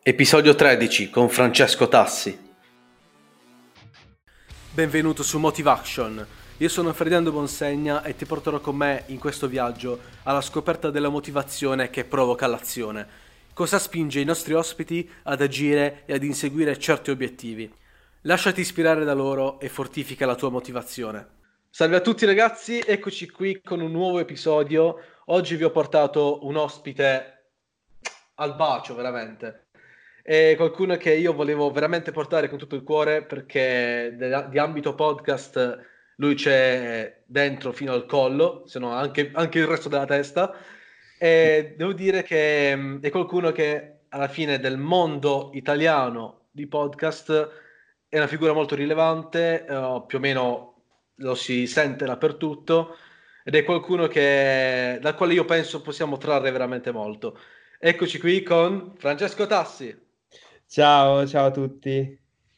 Episodio 13 con Francesco Tassi. Benvenuto su Motivation. Io sono Ferdinando Bonsegna e ti porterò con me in questo viaggio alla scoperta della motivazione che provoca l'azione. Cosa spinge i nostri ospiti ad agire e ad inseguire certi obiettivi? Lasciati ispirare da loro e fortifica la tua motivazione. Salve a tutti ragazzi, eccoci qui con un nuovo episodio. Oggi vi ho portato un ospite al bacio, veramente. È qualcuno che io volevo veramente portare con tutto il cuore perché di ambito podcast lui c'è dentro fino al collo, se no anche il resto della testa. E devo dire che è qualcuno che alla fine del mondo italiano di podcast è una figura molto rilevante, più o meno lo si sente dappertutto ed è qualcuno dal quale io penso possiamo trarre veramente molto. Eccoci qui con Francesco Tassi. Ciao a tutti,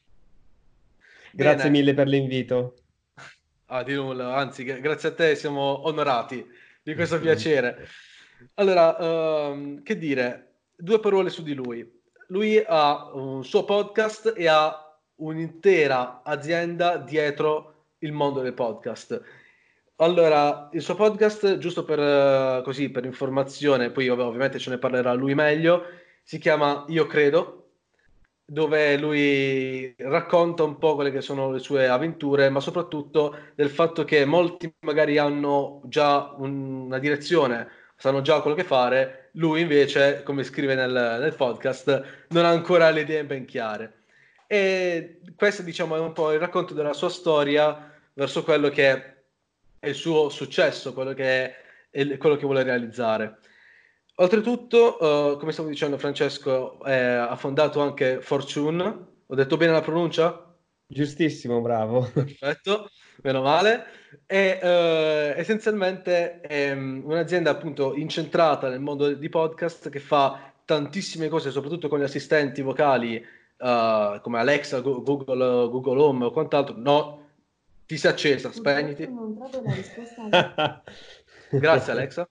grazie Bene, mille per l'invito. di nulla, anzi, grazie a te, siamo onorati di questo Mm. piacere. Allora, che dire, due parole su di lui. Lui ha un suo podcast e ha un'intera azienda dietro il mondo del podcast. Allora, il suo podcast, giusto così, per informazione, poi ovviamente ce ne parlerà lui meglio, si chiama Io Credo, dove lui racconta un po' quelle che sono le sue avventure, ma soprattutto del fatto che molti magari hanno già una direzione, sanno già quello che fare, lui invece, come scrive nel podcast, non ha ancora le idee ben chiare. E questo, diciamo, è un po' il racconto della sua storia verso quello che è il suo successo, quello che vuole realizzare. Oltretutto, come stavo dicendo, Francesco ha fondato anche Fortune. Ho detto bene la pronuncia? Giustissimo, bravo. Perfetto, meno male. E essenzialmente è un'azienda appunto incentrata nel mondo di podcast che fa tantissime cose, soprattutto con gli assistenti vocali come Alexa, Google Home o quant'altro. No, ti sei accesa, spegniti. Non trovo la risposta. Grazie Alexa.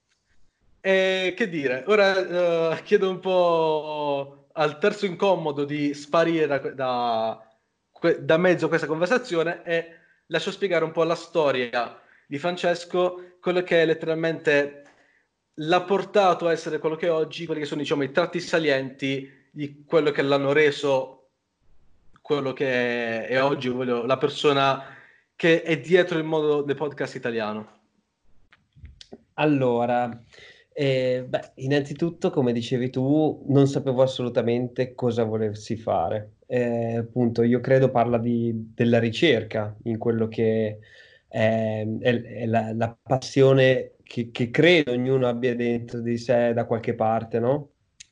E che dire, ora chiedo un po' al terzo incomodo di sparire da mezzo a questa conversazione e lascio spiegare un po' la storia di Francesco, quello che letteralmente l'ha portato a essere quello che è oggi, quelli che sono diciamo i tratti salienti di quello che l'hanno reso quello che è oggi, ovvero la persona che è dietro il mondo del podcast italiano. Allora, innanzitutto, come dicevi tu, non sapevo assolutamente cosa volessi fare. Appunto, io credo parla della ricerca in quello che è la passione che credo ognuno abbia dentro di sé da qualche parte, no?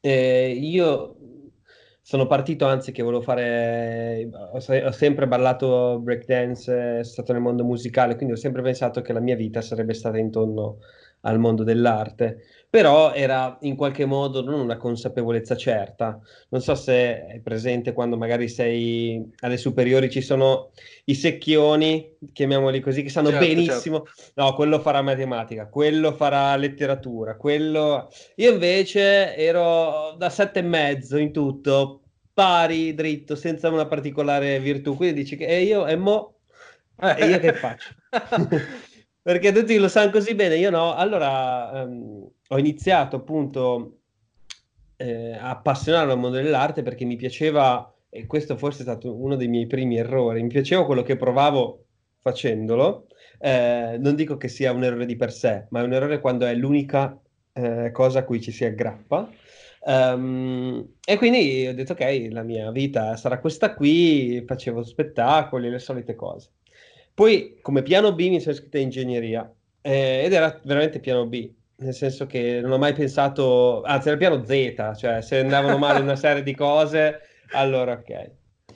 Io sono partito, anzi, che volevo fare, ho sempre ballato breakdance, sono stato nel mondo musicale, quindi ho sempre pensato che la mia vita sarebbe stata intorno al mondo dell'arte, però era in qualche modo non una consapevolezza certa. Non so se è presente quando magari sei alle superiori, ci sono i secchioni, chiamiamoli così, che sanno Certo, certo. benissimo, no, quello farà matematica, quello farà letteratura, quello... Io invece ero da 7,5 in tutto, pari, dritto, senza una particolare virtù. Quindi dici che e io che faccio? Perché tutti lo sanno così bene, io no. Allora ho iniziato appunto a appassionarmi al mondo dell'arte perché mi piaceva, e questo forse è stato uno dei miei primi errori, mi piaceva quello che provavo facendolo. Non dico che sia un errore di per sé, ma è un errore quando è l'unica cosa a cui ci si aggrappa. E quindi ho detto, ok, la mia vita sarà questa qui, facevo spettacoli, le solite cose. Poi, come piano B, mi sono iscritto in ingegneria ed era veramente piano B, nel senso che non ho mai pensato, anzi, era piano Z, cioè se andavano male una serie di cose, allora ok.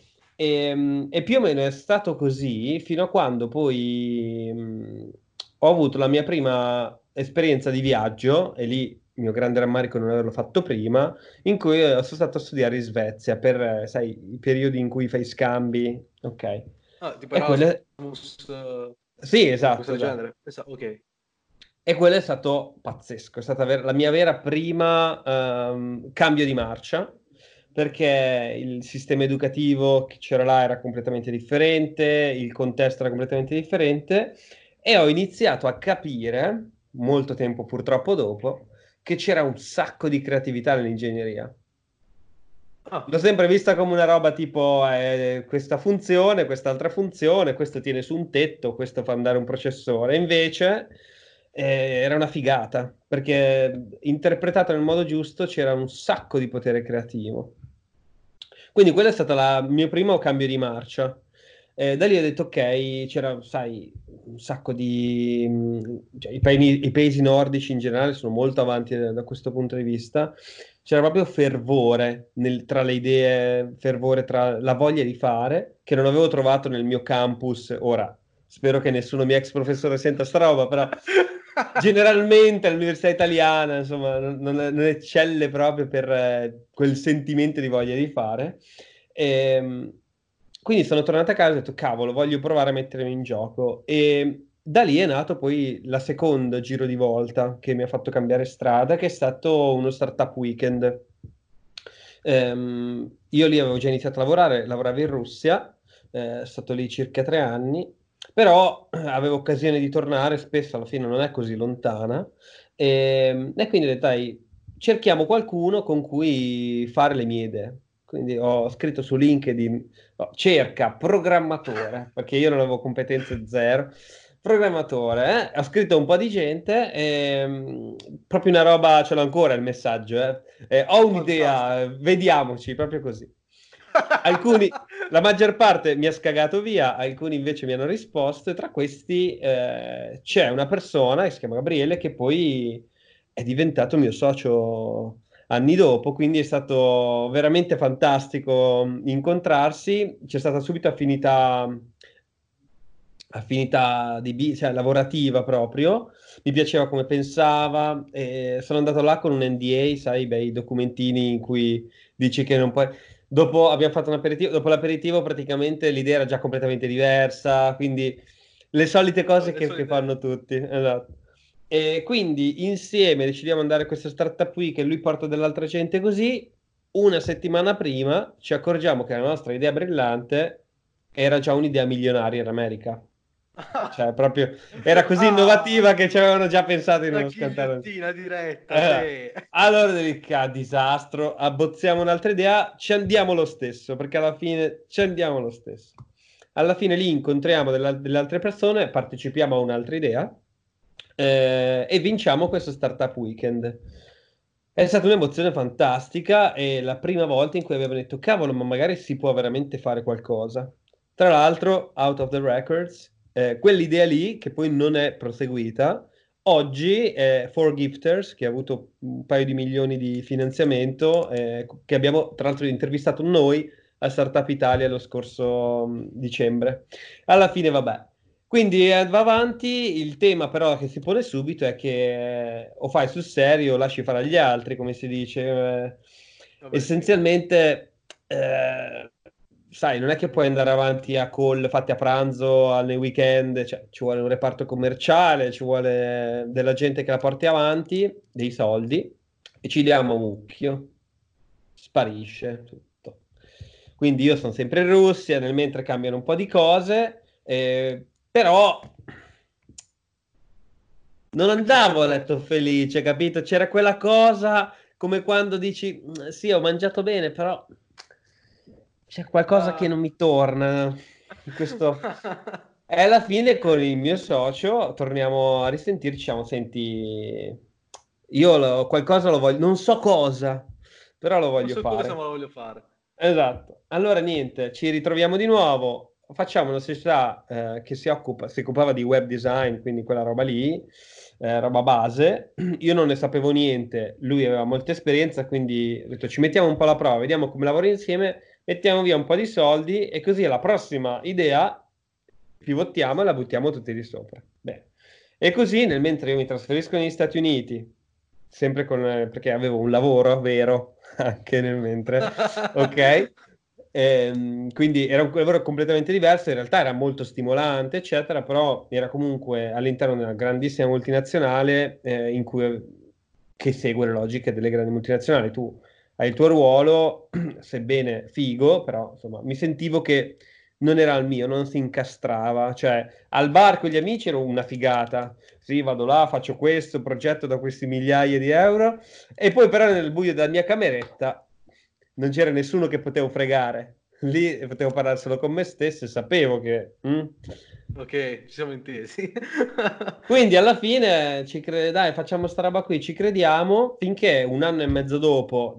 E più o meno è stato così fino a quando poi ho avuto la mia prima esperienza di viaggio, e lì il mio grande rammarico è non averlo fatto prima, in cui sono stato a studiare in Svezia per, sai, i periodi in cui fai scambi, ok. Ah, tipo E quello, Erasmus, sì, qualcosa esatto, del esatto. genere. Ok. E quello è stato pazzesco, è stata la mia vera prima cambio di marcia, perché il sistema educativo che c'era là era completamente differente, il contesto era completamente differente, e ho iniziato a capire, molto tempo purtroppo dopo, che c'era un sacco di creatività nell'ingegneria. Ah, L'ho sempre vista come una roba tipo questa funzione, quest'altra funzione, questo tiene su un tetto, questo fa andare un processore. Invece era una figata, perché interpretato nel modo giusto c'era un sacco di potere creativo. Quindi quello è stato il mio primo cambio di marcia. Da lì ho detto, ok, c'era, sai, un sacco di... cioè, i paesi nordici in generale sono molto avanti da questo punto di vista. C'era proprio fervore tra le idee, fervore tra la voglia di fare, che non avevo trovato nel mio campus. Ora, spero che nessuno mio ex professore senta sta roba, però generalmente all'università italiana, insomma, non eccelle proprio per quel sentimento di voglia di fare. Ehm, quindi sono tornato a casa e ho detto, cavolo, voglio provare a mettermi in gioco. E da lì è nato poi la seconda giro di volta che mi ha fatto cambiare strada, che è stato uno startup weekend. Io lì avevo già iniziato a lavorare, lavoravo in Russia, sono stato lì circa 3 anni, però avevo occasione di tornare, spesso alla fine non è così lontana, e quindi ho detto, dai, cerchiamo qualcuno con cui fare le mie idee. Quindi ho scritto su LinkedIn, no, cerca programmatore, perché io non avevo competenze zero. Programmatore, ho scritto un po' di gente, proprio una roba, ce l'ho ancora il messaggio, ho fantastico. un'idea, vediamoci, proprio così. Alcuni, la maggior parte mi ha scagato via, alcuni invece mi hanno risposto, e tra questi c'è una persona che si chiama Gabriele che poi è diventato mio socio anni dopo, quindi è stato veramente fantastico incontrarsi, c'è stata subito affinità cioè, lavorativa proprio, mi piaceva come pensava, e sono andato là con un NDA, sai, i bei documentini in cui dici che non puoi... Dopo abbiamo fatto un aperitivo, dopo l'aperitivo praticamente l'idea era già completamente diversa, quindi le solite cose Le che solite... fanno tutti, esatto. E quindi insieme decidiamo di andare a questo startup qui che lui porta dell'altra gente così, una settimana prima ci accorgiamo che la nostra idea brillante era già un'idea milionaria in America. Cioè, proprio era così Ah, innovativa che ci avevano già pensato di la non scattare. ghigliottina diretta, Eh, sì. allora devi disastro, abbozziamo un'altra idea, ci andiamo lo stesso, perché alla fine ci andiamo lo stesso. Alla fine lì incontriamo delle altre persone, partecipiamo a un'altra idea e vinciamo questo startup weekend. È stata un'emozione fantastica e la prima volta in cui avevo detto, cavolo, ma magari si può veramente fare qualcosa. Tra l'altro, out of the records, quell'idea lì, che poi non è proseguita, oggi For Gifters, che ha avuto un paio di milioni di finanziamento, che abbiamo tra l'altro intervistato noi a Startup Italia lo scorso dicembre. Alla fine, vabbè. Quindi va avanti, il tema però che si pone subito è che o fai sul serio o lasci fare agli altri, come si dice. Vabbè, sì. Essenzialmente, sai, non è che puoi andare avanti a call fatti a pranzo, nei weekend, cioè, ci vuole un reparto commerciale, ci vuole della gente che la porti avanti, dei soldi, e ci diamo un mucchio, sparisce tutto. Quindi io sono sempre in Russia, nel mentre cambiano un po' di cose, però non C'è andavo a sempre... letto felice, capito? C'era quella cosa come quando dici, sì, ho mangiato bene, però c'è qualcosa che Ah. non mi torna. Questo... E alla fine con il mio socio torniamo a risentirci, diciamo, senti, qualcosa lo voglio, non so cosa, però lo Non voglio so cosa, ma fare. lo voglio fare. Esatto. Allora niente, ci ritroviamo di nuovo. Facciamo una società che si occupava di web design, quindi quella roba lì, roba base. Io non ne sapevo niente, lui aveva molta esperienza, quindi ho detto ci mettiamo un po' alla prova, vediamo come lavori insieme, mettiamo via un po' di soldi e così alla prossima idea pivottiamo e la buttiamo tutti di sopra. Bene. E così nel mentre io mi trasferisco negli Stati Uniti, sempre perché avevo un lavoro vero anche nel mentre, ok? Quindi era un lavoro completamente diverso, in realtà era molto stimolante, eccetera, però era comunque all'interno di una grandissima multinazionale che segue le logiche delle grandi multinazionali. Tu hai il tuo ruolo, sebbene figo, però insomma mi sentivo che non era il mio, non si incastrava, cioè al bar con gli amici ero una figata, sì, vado là, faccio questo progetto da questi migliaia di euro, e poi però nel buio della mia cameretta non c'era nessuno che potevo fregare, lì potevo parlare solo con me stesso e sapevo che... Ok, ci siamo intesi. Quindi alla fine dai, facciamo sta roba qui, ci crediamo, finché un anno e mezzo dopo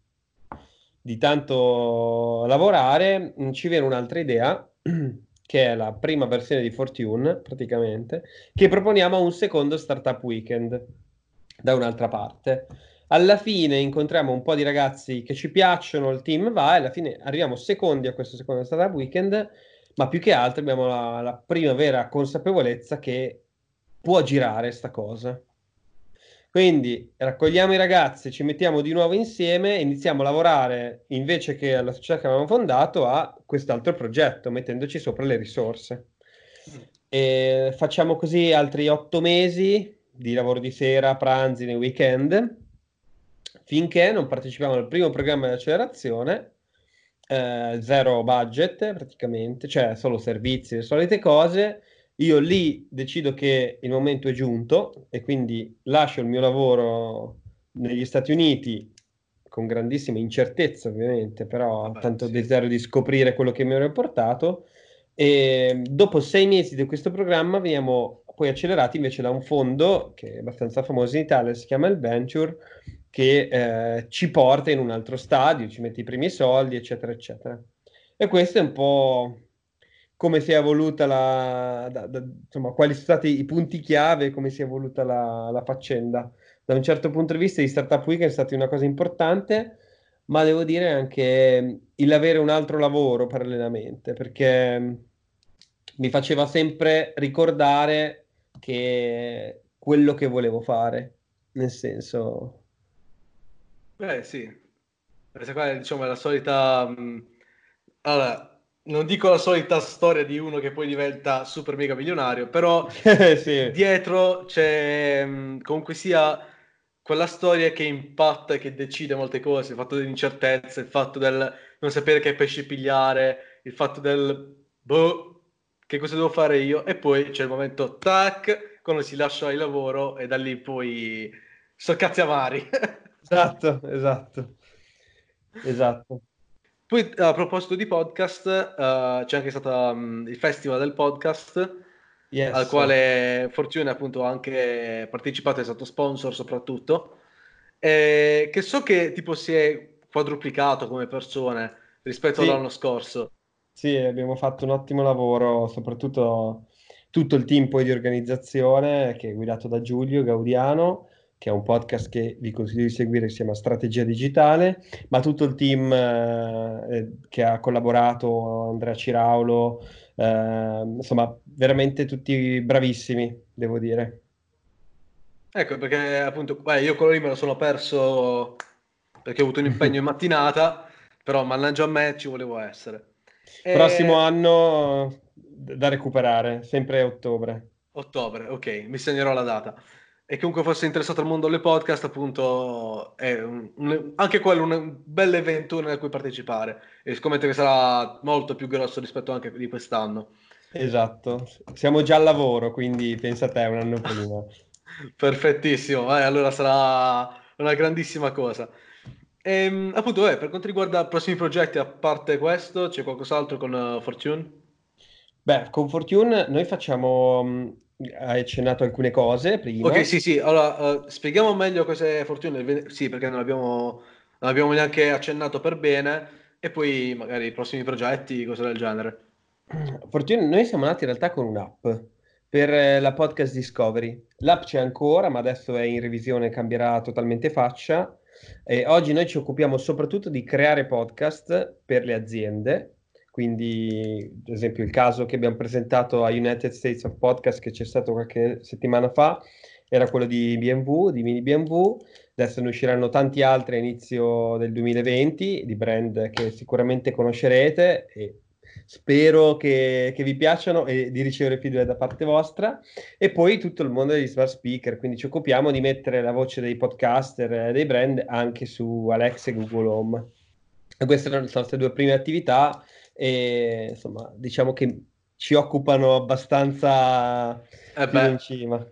di tanto lavorare, ci viene un'altra idea, che è la prima versione di Fortune, praticamente, che proponiamo a un secondo startup weekend da un'altra parte. Alla fine incontriamo un po' di ragazzi che ci piacciono, il team va, e alla fine arriviamo secondi a questo secondo startup weekend, ma più che altro abbiamo la prima vera consapevolezza che può girare sta cosa. Quindi raccogliamo i ragazzi, ci mettiamo di nuovo insieme e iniziamo a lavorare invece che alla società che avevamo fondato a quest'altro progetto, mettendoci sopra le risorse. E facciamo così altri 8 mesi di lavoro di sera, pranzi nei weekend, finché non partecipiamo al primo programma di accelerazione, zero budget praticamente, cioè solo servizi, le solite cose. Io lì decido che il momento è giunto e quindi lascio il mio lavoro negli Stati Uniti con grandissima incertezza, ovviamente, però Vabbè, tanto sì. desiderio di scoprire quello che mi avrei portato. E dopo 6 mesi di questo programma veniamo poi accelerati invece da un fondo che è abbastanza famoso in Italia, si chiama il Venture, che ci porta in un altro stadio, ci mette i primi soldi, eccetera, eccetera. E questo è un po' come si è evoluta insomma, quali sono stati i punti chiave, come si è evoluta la faccenda. Da un certo punto di vista, di Startup Week è stata una cosa importante, ma devo dire anche il avere un altro lavoro parallelamente, perché mi faceva sempre ricordare che quello che volevo fare, nel senso... Beh, sì. Questa qua è, diciamo, è la solita... allora, non dico la solita storia di uno che poi diventa super mega milionario, però Sì, dietro c'è comunque sia quella storia che impatta e che decide molte cose, il fatto dell'incertezza, il fatto del non sapere che pesci pigliare, il fatto del boh, che cosa devo fare io, e poi c'è il momento tac, quando si lascia il lavoro e da lì poi sto cazzi amari. esatto, esatto, esatto. Poi a proposito di podcast, c'è anche stato il Festival del Podcast, al Yes. quale Fortune appunto ha anche partecipato, è stato sponsor soprattutto, che so che tipo si è quadruplicato come persone rispetto Sì, all'anno scorso. sì, abbiamo fatto un ottimo lavoro, soprattutto tutto il team poi di organizzazione che è guidato da Giulio Gaudiano, che è un podcast che vi consiglio di seguire, che si chiama Strategia Digitale, ma tutto il team che ha collaborato, Andrea Ciraulo, insomma, veramente tutti bravissimi, devo dire. Ecco, perché appunto io quello lì me lo sono perso perché ho avuto un impegno in mattinata, però mannaggia a me ci volevo essere. Prossimo E anno da recuperare, sempre a ottobre. ottobre, ok, mi segnerò la data. E chiunque fosse interessato al mondo delle podcast, appunto, è anche quello un bel evento nel cui partecipare. E scommetto che sarà molto più grosso rispetto anche di quest'anno. Esatto, siamo già al lavoro, quindi pensa a te un anno prima. Perfettissimo, allora sarà una grandissima cosa. Appunto, per quanto riguarda prossimi progetti, a parte questo, c'è qualcos'altro con Fortune? Beh, con Fortune noi facciamo, hai accennato alcune cose Ok, prima. sì, sì, allora spieghiamo meglio cos'è Fortune, sì, perché non abbiamo neanche accennato per bene, e poi magari i prossimi progetti, cose del genere. Fortune, noi siamo nati in realtà con un'app per la podcast Discovery. L'app c'è ancora, ma adesso è in revisione, cambierà totalmente faccia. E oggi noi ci occupiamo soprattutto di creare podcast per le aziende. Quindi, ad esempio, il caso che abbiamo presentato a United States of Podcast, che c'è stato qualche settimana fa, era quello di BMW, di Mini BMW. Adesso ne usciranno tanti altri a inizio del 2020, di brand che sicuramente conoscerete. E Spero che vi piacciono e di ricevere feedback da parte vostra. E poi tutto il mondo degli smart speaker, quindi ci occupiamo di mettere la voce dei podcaster, dei brand anche su Alexa e Google Home. E queste sono le nostre due prime attività e insomma diciamo che ci occupano abbastanza fino Beh, in cima.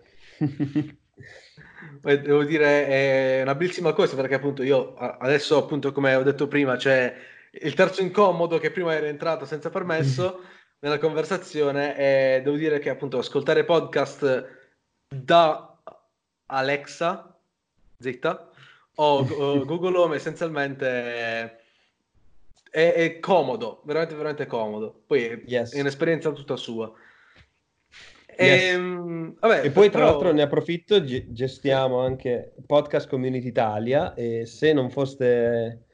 devo dire è una bellissima cosa perché appunto io adesso appunto come ho detto prima c'è il terzo incomodo che prima era entrato senza permesso nella conversazione e devo dire che appunto ascoltare podcast da Alexa Z o Google Home essenzialmente è comodo, veramente veramente comodo. Poi è Yes, un'esperienza tutta sua. yes. Vabbè, E poi tra l'altro però ne approfitto, sì. gestiamo anche Podcast Community Italia e se non foste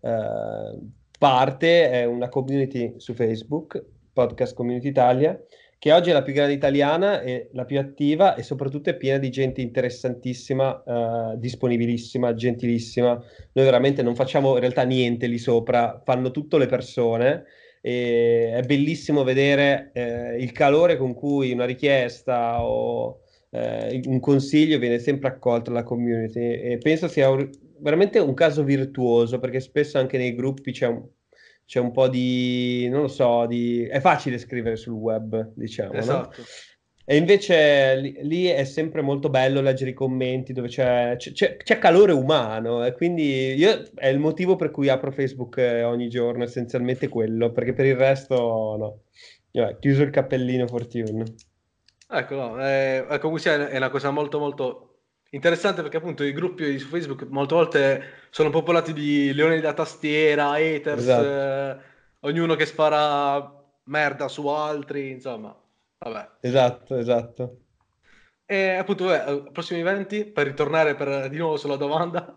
parte è una community su Facebook, Podcast Community Italia, che oggi è la più grande italiana e la più attiva e soprattutto è piena di gente interessantissima, disponibilissima, gentilissima. Noi veramente non facciamo in realtà niente lì sopra, fanno tutto le persone e è bellissimo vedere il calore con cui una richiesta o un consiglio viene sempre accolto dalla community e penso sia veramente un caso virtuoso perché spesso anche nei gruppi c'è un po' di, non lo so, è facile scrivere sul web, diciamo, no? Esatto. E invece lì è sempre molto bello leggere i commenti dove c'è calore umano e quindi è il motivo per cui apro Facebook ogni giorno, essenzialmente quello, perché per il resto no. Chiuso il cappellino Fortune. Ecco, no, comunque sia, è una cosa molto molto interessante perché appunto i gruppi su Facebook molte volte sono popolati di leoni da tastiera, haters, Esatto, ognuno che spara merda su altri, insomma, vabbè. esatto, esatto. E appunto, prossimi eventi, per ritornare di nuovo sulla domanda.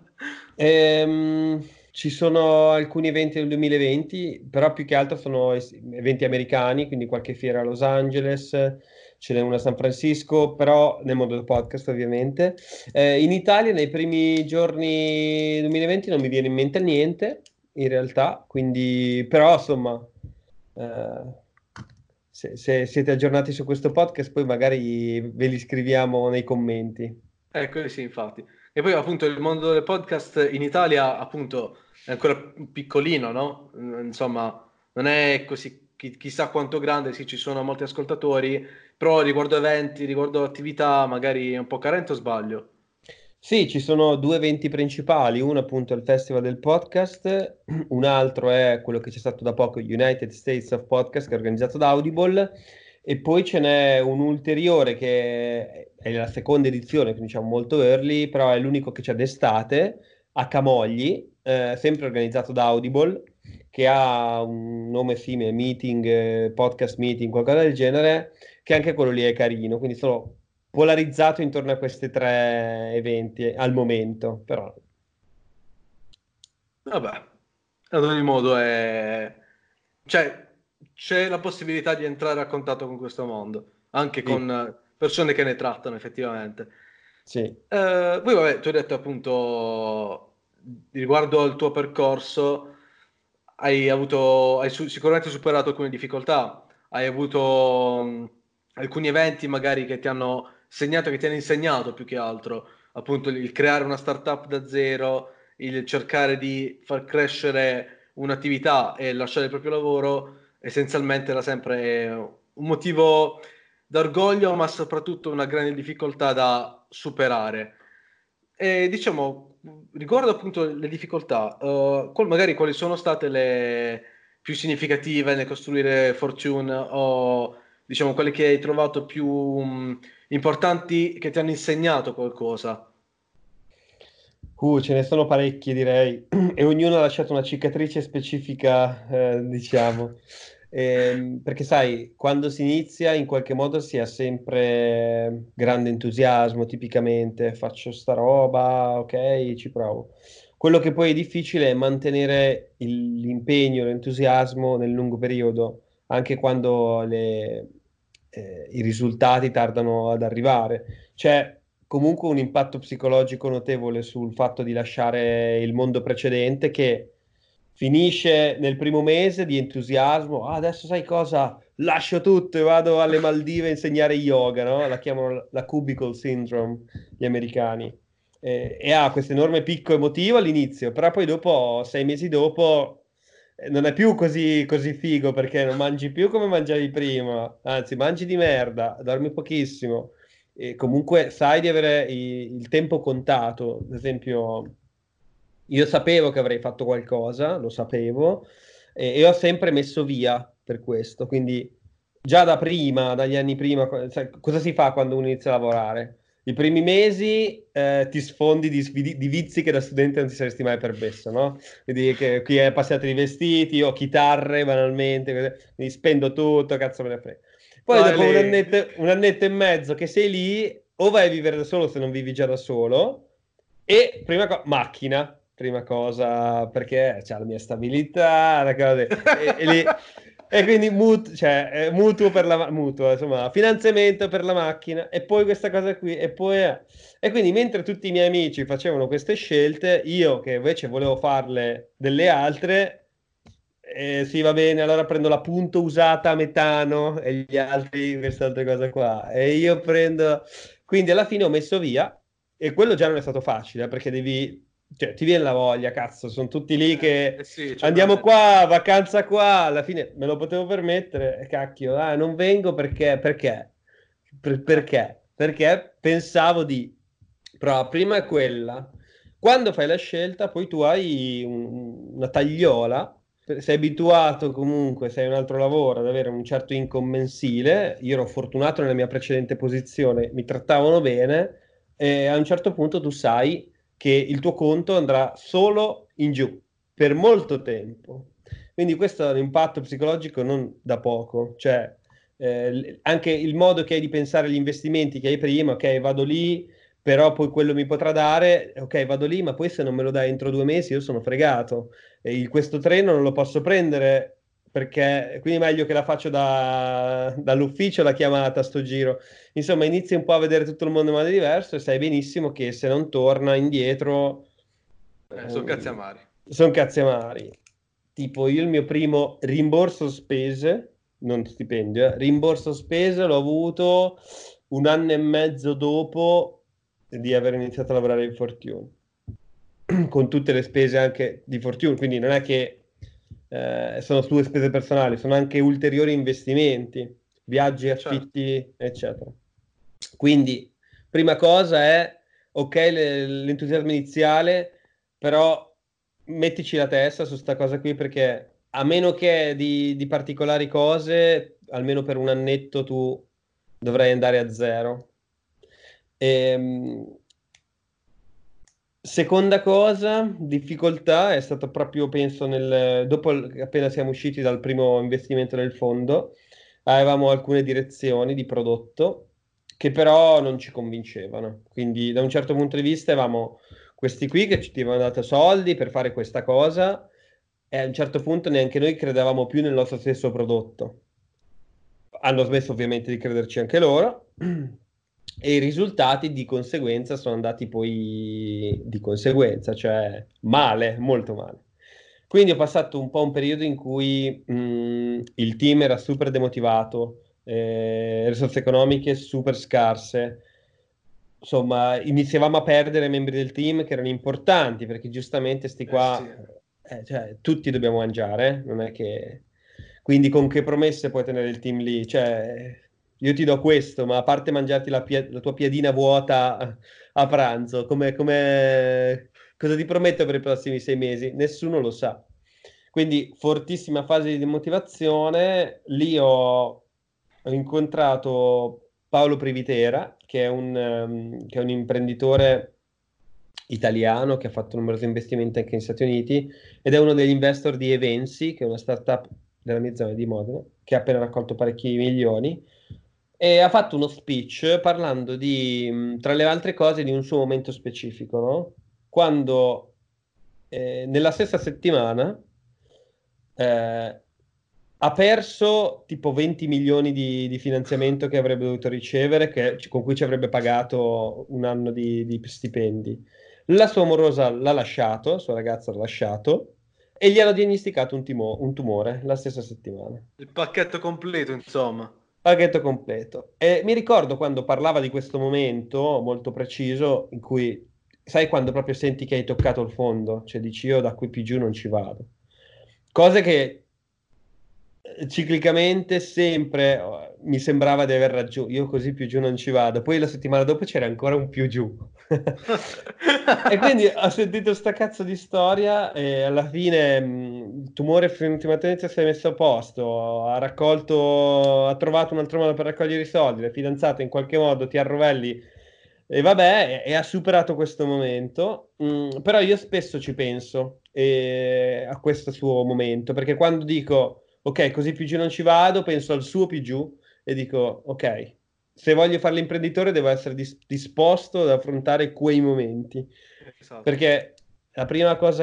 Ci sono alcuni eventi del 2020, però più che altro sono eventi americani, quindi qualche fiera a Los Angeles, ce n'è una a San Francisco, però nel mondo del podcast ovviamente. In Italia nei primi giorni 2020 non mi viene in mente niente, in realtà, quindi però insomma, eh, se siete aggiornati su questo podcast, poi magari ve li scriviamo nei commenti. Ecco, sì, infatti. E poi appunto il mondo del podcast in Italia appunto è ancora piccolino, no? Insomma, non è così chissà quanto grande, sì, ci sono molti ascoltatori, però riguardo eventi, riguardo attività, magari è un po' carente o sbaglio? Sì, ci sono due eventi principali, uno appunto è il Festival del Podcast, un altro è quello che c'è stato da poco, United States of Podcast, che è organizzato da Audible, e poi ce n'è un ulteriore che è la seconda edizione, quindi diciamo molto early, però è l'unico che c'è d'estate, a Camogli, sempre organizzato da Audible, che ha un nome simile, meeting, podcast meeting, qualcosa del genere, che anche quello lì è carino, quindi sono polarizzato intorno a questi tre eventi al momento, però Vabbè, ad ogni modo cioè, c'è la possibilità di entrare a contatto con questo mondo, anche sì, con persone che ne trattano effettivamente. sì. Poi vabbè, tu hai detto appunto riguardo al tuo percorso, sicuramente superato alcune difficoltà, hai avuto alcuni eventi magari che ti hanno segnato, che ti hanno insegnato più che altro, appunto il creare una startup da zero, il cercare di far crescere un'attività e lasciare il proprio lavoro, essenzialmente era sempre un motivo d'orgoglio, ma soprattutto una grande difficoltà da superare. E diciamo, riguardo appunto le difficoltà, magari quali sono state le più significative nel costruire Fortune o diciamo quelle che hai trovato più importanti che ti hanno insegnato qualcosa? Ce ne sono parecchie, direi, e ognuno ha lasciato una cicatrice specifica, diciamo. Perché sai, quando si inizia in qualche modo si ha sempre grande entusiasmo, tipicamente faccio sta roba, ok, ci provo. Quello che poi è difficile è mantenere l'impegno, l'entusiasmo nel lungo periodo, anche quando i risultati tardano ad arrivare. C'è comunque un impatto psicologico notevole sul fatto di lasciare il mondo precedente che finisce nel primo mese di entusiasmo. Ah, adesso sai cosa? Lascio tutto e vado alle Maldive a insegnare yoga, no? La chiamano la cubicle syndrome, gli americani. E ha questo enorme picco emotivo all'inizio, però poi dopo, 6 mesi dopo, non è più così figo perché non mangi più come mangiavi prima, anzi, mangi di merda, dormi pochissimo. E comunque sai di avere il tempo contato. Ad esempio, io sapevo che avrei fatto qualcosa, lo sapevo, e ho sempre messo via per questo. Quindi già da prima, dagli anni prima, sai, cosa si fa quando uno inizia a lavorare? I primi mesi ti sfondi di vizi che da studente non ti saresti mai permesso, no? Quindi che qui è passati i vestiti o chitarre banalmente, quindi spendo tutto, cazzo me ne frega. Poi dopo Quale... un annetto e mezzo che sei lì, o vai a vivere da solo se non vivi già da solo, e macchina, prima cosa, perché c'è la mia stabilità, e quindi mutuo per mutuo, insomma, finanziamento per la macchina, e poi questa cosa qui, e poi... E quindi mentre tutti i miei amici facevano queste scelte, io che invece volevo farle delle altre, sì, va bene, allora prendo la punto usata a metano e gli altri queste altre cose qua. E io prendo... Quindi alla fine ho messo via e quello già non è stato facile, perché devi... Cioè, ti viene la voglia, cazzo, sono tutti lì che sì, andiamo certamente. qua, vacanza qua, alla fine me lo potevo permettere, e cacchio, non vengo perché? Perché? Perché pensavo di... Però prima è quella. Quando fai la scelta, poi tu hai una tagliola, sei abituato comunque, sei un altro lavoro, ad avere un certo income mensile. Io ero fortunato nella mia precedente posizione, mi trattavano bene e a un certo punto tu sai che il tuo conto andrà solo in giù per molto tempo. Quindi questo ha un impatto psicologico non da poco, cioè anche il modo che hai di pensare agli investimenti che hai prima, ok, vado lì, però poi quello mi potrà dare, ok, vado lì, ma poi se non me lo dai entro 2 mesi io sono fregato. Questo treno non lo posso prendere perché quindi è meglio che la faccio dall'ufficio la chiamata a sto giro. Insomma, inizi un po' a vedere tutto il mondo in modo diverso e sai benissimo che se non torna indietro Sono cazzi amari. sono cazzi amari. Tipo, io il mio primo rimborso spese, non stipendio, rimborso spese l'ho avuto un anno e mezzo dopo di aver iniziato a lavorare in Fortune, con tutte le spese anche di Fortune, quindi non è che sono sue spese personali, sono anche ulteriori investimenti, viaggi, Certo. affitti, eccetera. Quindi, prima cosa è, ok, l'entusiasmo iniziale, però mettici la testa su sta cosa qui perché a meno che di particolari cose, almeno per un annetto tu dovrai andare a zero. Ehm, Seconda cosa, difficoltà è stata proprio, penso, appena siamo usciti dal primo investimento nel fondo, avevamo alcune direzioni di prodotto che però non ci convincevano. Quindi, da un certo punto di vista, avevamo questi qui che ci avevano dato soldi per fare questa cosa, e a un certo punto neanche noi credevamo più nel nostro stesso prodotto. Hanno smesso ovviamente di crederci anche loro e i risultati di conseguenza sono andati poi di conseguenza, cioè male, molto male. Quindi ho passato un po' un periodo in cui il team era super demotivato, risorse economiche super scarse. Insomma, iniziavamo a perdere membri del team che erano importanti perché giustamente sti Sì. qua, cioè, tutti dobbiamo mangiare, non è che... Quindi con che promesse puoi tenere il team lì? Cioè, io ti do questo, ma a parte mangiarti la tua piadina vuota a pranzo, cosa ti prometto per i prossimi 6 mesi? Nessuno lo sa. Quindi fortissima fase di demotivazione. Lì ho incontrato Paolo Privitera, che è un imprenditore italiano che ha fatto numerosi investimenti anche negli Stati Uniti ed è uno degli investor di Evensi, che è una startup della mia zona di Modena, che ha appena raccolto parecchi milioni. E ha fatto uno speech parlando tra le altre cose, di un suo momento specifico, no? Quando nella stessa settimana eh, ha perso tipo 20 milioni di finanziamento che avrebbe dovuto ricevere, con cui ci avrebbe pagato un anno di stipendi. La sua amorosa l'ha lasciato, la sua ragazza l'ha lasciato, E gli hanno diagnosticato un tumore la stessa settimana. Il pacchetto completo, insomma. Pacchetto completo. E mi ricordo quando parlava di questo momento molto preciso in cui, sai, quando proprio senti che hai toccato il fondo, cioè dici io da qui più giù non ci vado. Cose che ciclicamente sempre mi sembrava di aver raggiunto, io così più giù non ci vado. Poi la settimana dopo c'era ancora un più giù. E quindi ho sentito sta cazzo di storia e alla fine il tumore fortunatamente si è messo a posto, ha trovato un altro modo per raccogliere i soldi, la fidanzata in qualche modo ti arrovelli e vabbè, e ha superato questo momento. Però io spesso ci penso a questo suo momento, perché quando dico ok, così più giù non ci vado, penso al suo più giù e dico ok, se voglio fare l'imprenditore devo essere disposto ad affrontare quei momenti. Esatto. Perché la prima cosa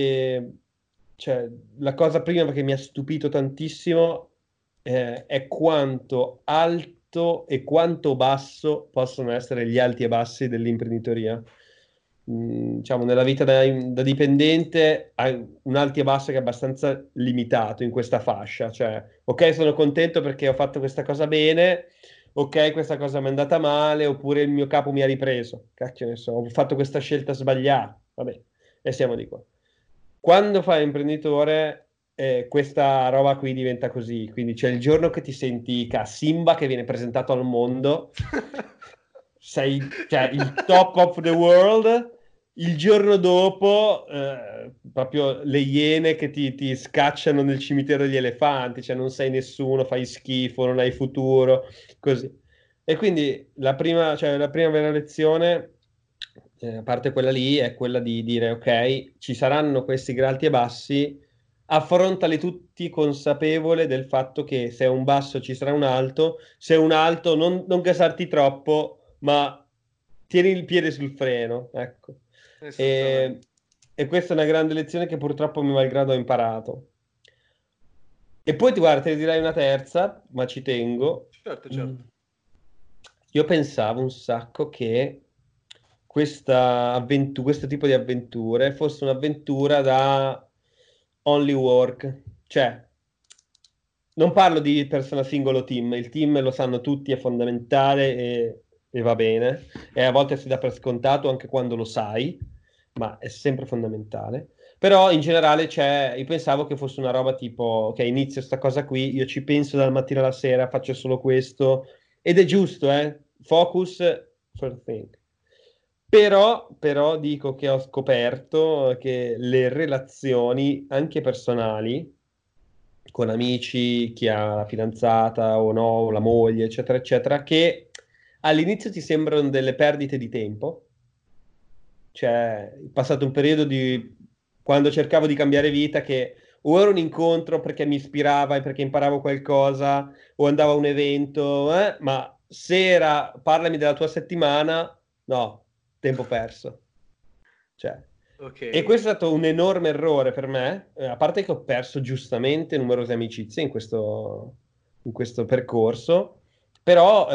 cioè, la cosa prima che mi ha stupito tantissimo è quanto alto e quanto basso possono essere gli alti e bassi dell'imprenditoria. Diciamo, nella vita da dipendente hai un alti e basso che è abbastanza limitato in questa fascia. Cioè, ok, sono contento perché ho fatto questa cosa bene, ok, questa cosa mi è andata male, oppure il mio capo mi ha ripreso. Cacchio ne so, ho fatto questa scelta sbagliata. Vabbè, e siamo di qua. Quando fai imprenditore, questa roba qui diventa così. Quindi c'è il giorno che ti senti Simba che viene presentato al mondo, sei cioè, il top of the world. Il giorno dopo, proprio le iene che ti scacciano nel cimitero degli elefanti, cioè non sei nessuno, fai schifo, non hai futuro, così. E quindi cioè, la prima vera lezione, a parte quella lì, è quella di dire, ok, ci saranno questi alti e bassi, affrontali tutti consapevole del fatto che se è un basso ci sarà un alto, se è un alto non gasarti troppo, ma tieni il piede sul freno, ecco. E, Esattamente. e questa è una grande lezione che purtroppo mio malgrado ho imparato. E poi ti guarda, te ne direi una terza, ma ci tengo. Certo, Mm. certo. Io pensavo un sacco che questo tipo di avventure fosse un'avventura da only work, cioè non parlo di persona singolo team, il team lo sanno tutti, è fondamentale e va bene, e a volte si dà per scontato anche quando lo sai, ma è sempre fondamentale. Però in generale io pensavo che fosse una roba tipo, ok, inizio sta cosa qui, io ci penso dal mattino alla sera, faccio solo questo, ed è giusto, Focus, first thing. Però dico che ho scoperto che le relazioni, anche personali, con amici, chi ha la fidanzata o no, o la moglie, eccetera, eccetera, che all'inizio ti sembrano delle perdite di tempo. Cioè, è passato un periodo di quando cercavo di cambiare vita che o era un incontro perché mi ispirava e perché imparavo qualcosa, o andavo a un evento, ma se era parlami della tua settimana, no, tempo perso. Cioè, Ok. e questo è stato un enorme errore per me, a parte che ho perso giustamente numerose amicizie in questo percorso, però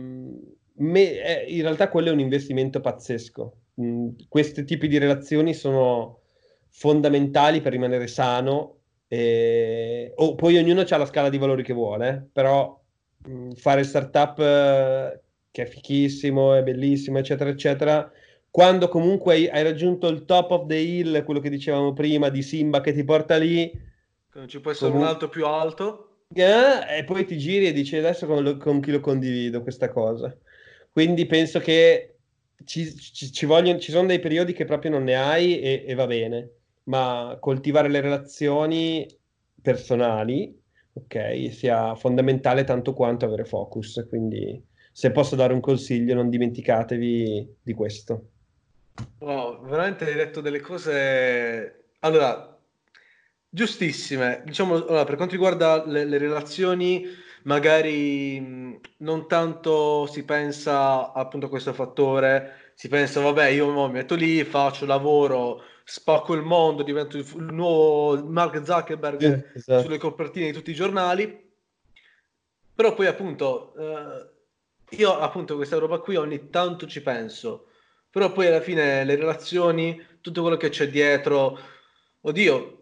in realtà quello è un investimento pazzesco. Questi tipi di relazioni sono fondamentali per rimanere sano. Poi ognuno ha la scala di valori che vuole, però fare startup che è fichissimo, è bellissimo, eccetera, eccetera quando comunque hai raggiunto il top of the hill, quello che dicevamo prima di Simba che ti porta lì, Non ci può essere un comunque, alto più alto. e poi ti giri e dici adesso con chi lo condivido questa cosa. Quindi penso che ci sono dei periodi che proprio non ne hai e va bene, ma coltivare le relazioni personali, ok, sia fondamentale tanto quanto avere focus. Quindi se posso dare un consiglio, non dimenticatevi di questo. Wow, veramente hai detto delle cose. Allora, giustissime. Diciamo, allora, per quanto riguarda le relazioni, magari non tanto si pensa appunto a questo fattore, si pensa, vabbè, io mo mi metto lì, faccio lavoro, spacco il mondo, divento il nuovo Mark Zuckerberg sulle Esatto. copertine di tutti i giornali. Però poi appunto, io appunto questa roba qui ogni tanto ci penso, però poi alla fine le relazioni, tutto quello che c'è dietro, oddio,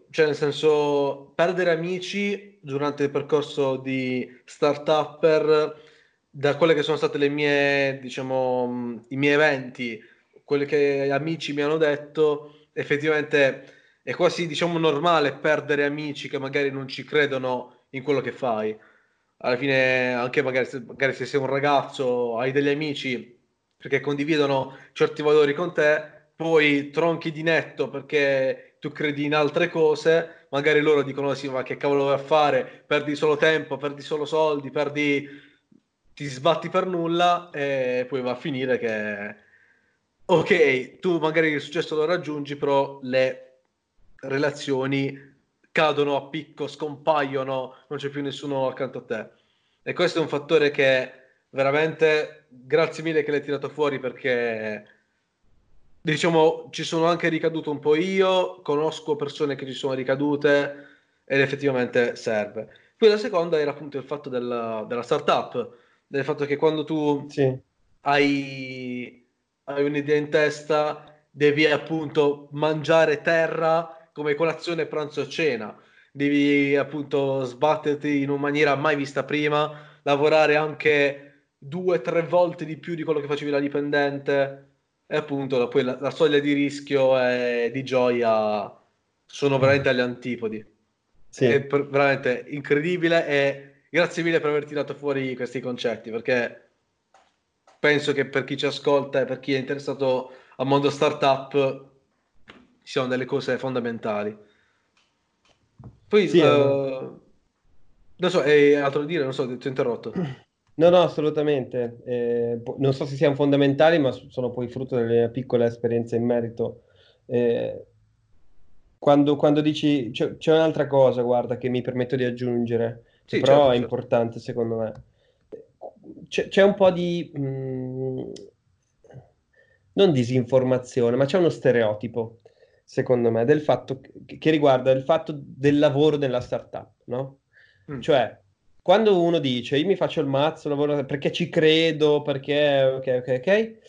cioè nel senso, perdere amici durante il percorso di startupper, da quelle che sono state le mie, diciamo, i miei eventi, quelli che amici mi hanno detto, effettivamente è quasi, diciamo, normale perdere amici che magari non ci credono in quello che fai. Alla fine, anche magari se sei un ragazzo, hai degli amici perché condividono certi valori con te, poi tronchi di netto perché tu credi in altre cose, magari loro dicono sì, ma che cavolo vai a fare? Perdi solo tempo, perdi solo soldi, ti sbatti per nulla e poi va a finire che, ok, tu magari il successo lo raggiungi, però le relazioni cadono a picco, scompaiono, non c'è più nessuno accanto a te. E questo è un fattore che veramente, grazie mille che l'hai tirato fuori perché diciamo, ci sono anche ricaduto un po' io, conosco persone che ci sono ricadute ed effettivamente serve. Poi la seconda era appunto il fatto della startup, del fatto che quando tu Sì, hai un'idea in testa, devi appunto mangiare terra come colazione, pranzo e cena. Devi appunto sbatterti in una maniera mai vista prima, lavorare anche 2 o 3 volte di più di quello che facevi da dipendente e appunto poi la soglia di rischio e di gioia sono veramente agli antipodi. È sì. veramente incredibile e grazie mille per aver tirato fuori questi concetti, perché penso che per chi ci ascolta e per chi è interessato al mondo startup siano delle cose fondamentali. Poi, Sì, non so, hai altro da dire? Non so, ti ho interrotto. no, no, assolutamente. Non so se siano fondamentali, ma sono poi frutto delle mie piccole esperienze in merito. Eh, quando dici, c'è un'altra cosa, guarda, che mi permetto di aggiungere, che Sì, però certo, è certo. importante secondo me. C'è un po' di, non disinformazione, ma c'è uno stereotipo, secondo me, del fatto che riguarda il fatto del lavoro nella startup, no? Mm. Cioè, quando uno dice io mi faccio il mazzo, lavoro perché ci credo, perché ok, ok, ok,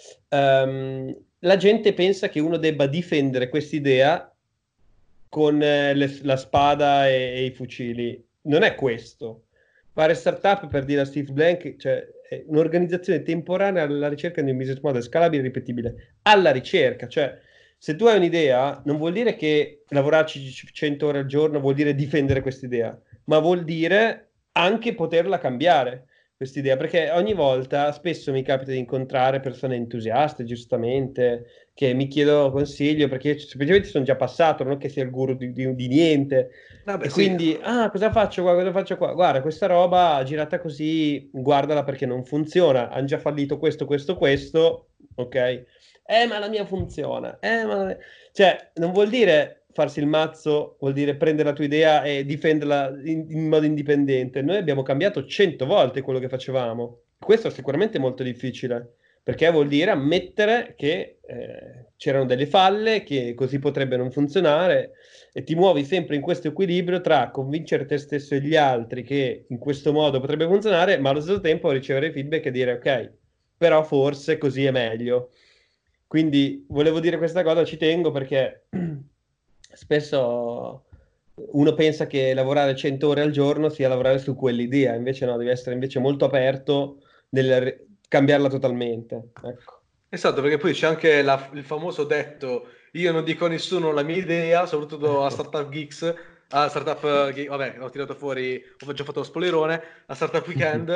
la gente pensa che uno debba difendere quest'idea con la spada e i fucili. Non è questo. Fare startup, per dire a Steve Blank, cioè, è un'organizzazione temporanea alla ricerca di un business model scalabile e ripetibile. Alla ricerca, cioè, se tu hai un'idea, non vuol dire che lavorarci 100 ore al giorno vuol dire difendere quest'idea, ma vuol dire anche poterla cambiare quest'idea, perché ogni volta, spesso mi capita di incontrare persone entusiaste, giustamente, che mi chiedono consiglio perché io semplicemente sono già passato, non che sia il guru di niente. Vabbè, E sì. quindi, cosa faccio qua? Cosa faccio qua? Guarda, questa roba girata così, guardala perché non funziona. Hanno già fallito questo, questo, questo, ok? Ma la mia funziona. Cioè, non vuol dire farsi il mazzo, vuol dire prendere la tua idea e difenderla in modo indipendente. Noi abbiamo cambiato 100 volte quello che facevamo. Questo è sicuramente molto difficile perché vuol dire ammettere che c'erano delle falle, che così potrebbe non funzionare e ti muovi sempre in questo equilibrio tra convincere te stesso e gli altri che in questo modo potrebbe funzionare, ma allo stesso tempo ricevere feedback e dire ok, però forse così è meglio. Quindi volevo dire questa cosa, ci tengo perché spesso uno pensa che lavorare 100 ore al giorno sia lavorare su quell'idea, invece no, devi essere invece molto aperto nel cambiarla totalmente. Ecco. Esatto, perché poi c'è anche il famoso detto, io non dico a nessuno la mia idea, soprattutto a Startup Geeks, a Startup, vabbè, ho tirato fuori, ho già fatto lo spoilerone, a Startup Weekend,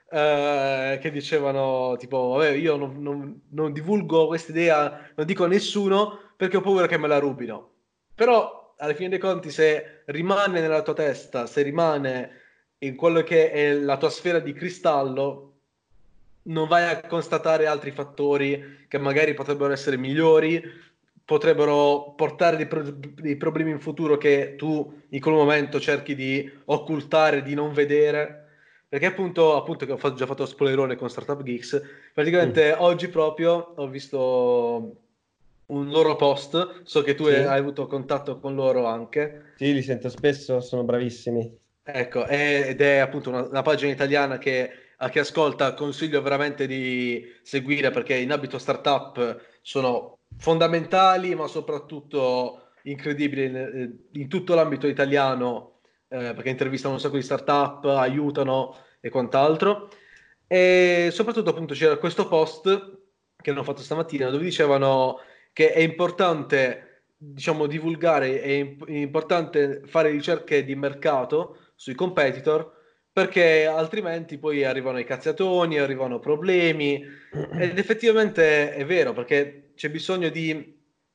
che dicevano tipo, vabbè, io non divulgo questa idea, non dico a nessuno perché ho paura che me la rubino. Però, alla fine dei conti, se rimane nella tua testa, se rimane in quello che è la tua sfera di cristallo, non vai a constatare altri fattori che magari potrebbero essere migliori, potrebbero portare dei problemi in futuro che tu in quel momento cerchi di occultare, di non vedere. Perché appunto che già fatto lo spoilerone con Startup Geeks, Mm. praticamente oggi proprio ho visto un loro post, so che tu hai Sì, avuto contatto con loro anche, sì, li sento spesso, sono bravissimi. ecco, ed è appunto una pagina italiana che a chi ascolta consiglio veramente di seguire perché in ambito startup sono fondamentali, ma soprattutto incredibile in tutto l'ambito italiano, perché intervistano un sacco di startup, aiutano e quant'altro. E soprattutto appunto c'era questo post che hanno fatto stamattina dove dicevano che è importante, diciamo, divulgare, è importante fare ricerche di mercato sui competitor, perché altrimenti poi arrivano i cazziatoni, arrivano problemi, ed effettivamente è vero, perché c'è bisogno di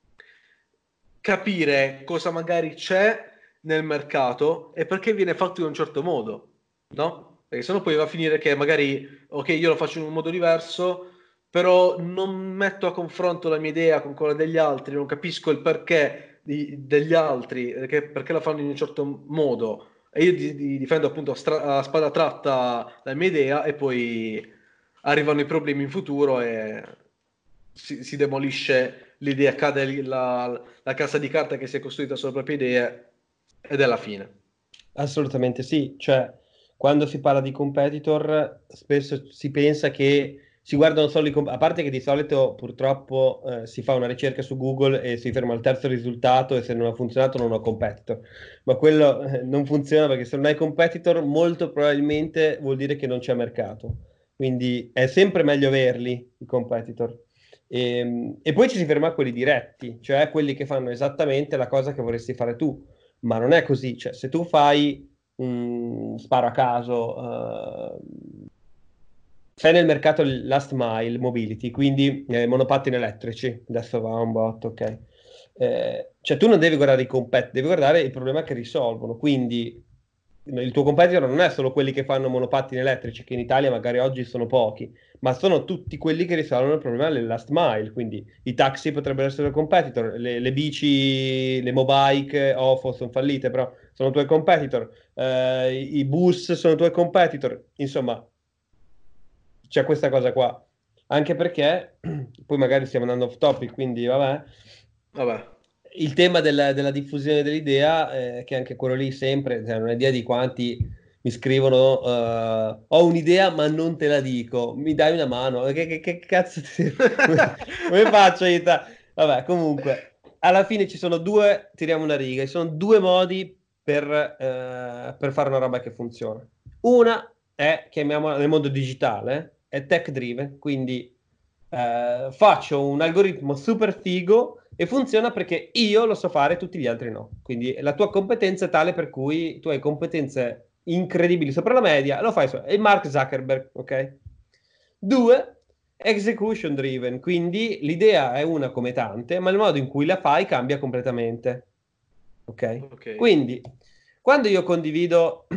capire cosa magari c'è nel mercato e perché viene fatto in un certo modo, no? Perché sennò poi va a finire che magari, ok, io lo faccio in un modo diverso, però non metto a confronto la mia idea con quella degli altri, non capisco il perché degli altri, perché la fanno in un certo modo. E io difendo appunto a spada tratta la mia idea e poi arrivano i problemi in futuro e si demolisce l'idea, cade la casa di carta che si è costruita sulle proprie idee ed è la fine. Assolutamente sì, cioè quando si parla di competitor spesso si pensa che si guardano solo a parte che di solito purtroppo si fa una ricerca su Google e si ferma al terzo risultato e se non ha funzionato non ho competitor, ma quello non funziona perché se non hai competitor molto probabilmente vuol dire che non c'è mercato, quindi è sempre meglio averli i competitor. E poi ci si ferma a quelli diretti, cioè quelli che fanno esattamente la cosa che vorresti fare tu, ma non è così, cioè se tu fai sparo a caso, sei nel mercato last mile mobility, quindi monopattini elettrici, adesso va un botto, ok? Cioè tu non devi guardare i competitor, devi guardare il problema che risolvono, quindi il tuo competitor non è solo quelli che fanno monopattini elettrici, che in Italia magari oggi sono pochi, ma sono tutti quelli che risolvono il problema del last mile, quindi i taxi potrebbero essere competitor, le bici, le mobike, OFO sono fallite, però sono tuoi competitor, i bus sono tuoi competitor, insomma c'è questa cosa qua, anche perché, poi magari stiamo andando off topic, quindi vabbè, Vabbè, il tema della diffusione dell'idea, che è anche quello lì sempre, cioè, non è idea di quanti mi scrivono, ho un'idea ma non te la dico, mi dai una mano? Che cazzo come faccio io? Vabbè, comunque, alla fine ci sono due, tiriamo una riga, ci sono due modi per fare una roba che funziona. Una è, chiamiamola nel mondo digitale, è tech driven, quindi faccio un algoritmo super figo e funziona perché io lo so fare, tutti gli altri no. Quindi la tua competenza è tale per cui tu hai competenze incredibili sopra la media, lo fai è Mark Zuckerberg, ok? Due, execution driven, quindi l'idea è una come tante, ma il modo in cui la fai cambia completamente, ok? ok. Quindi, quando io condivido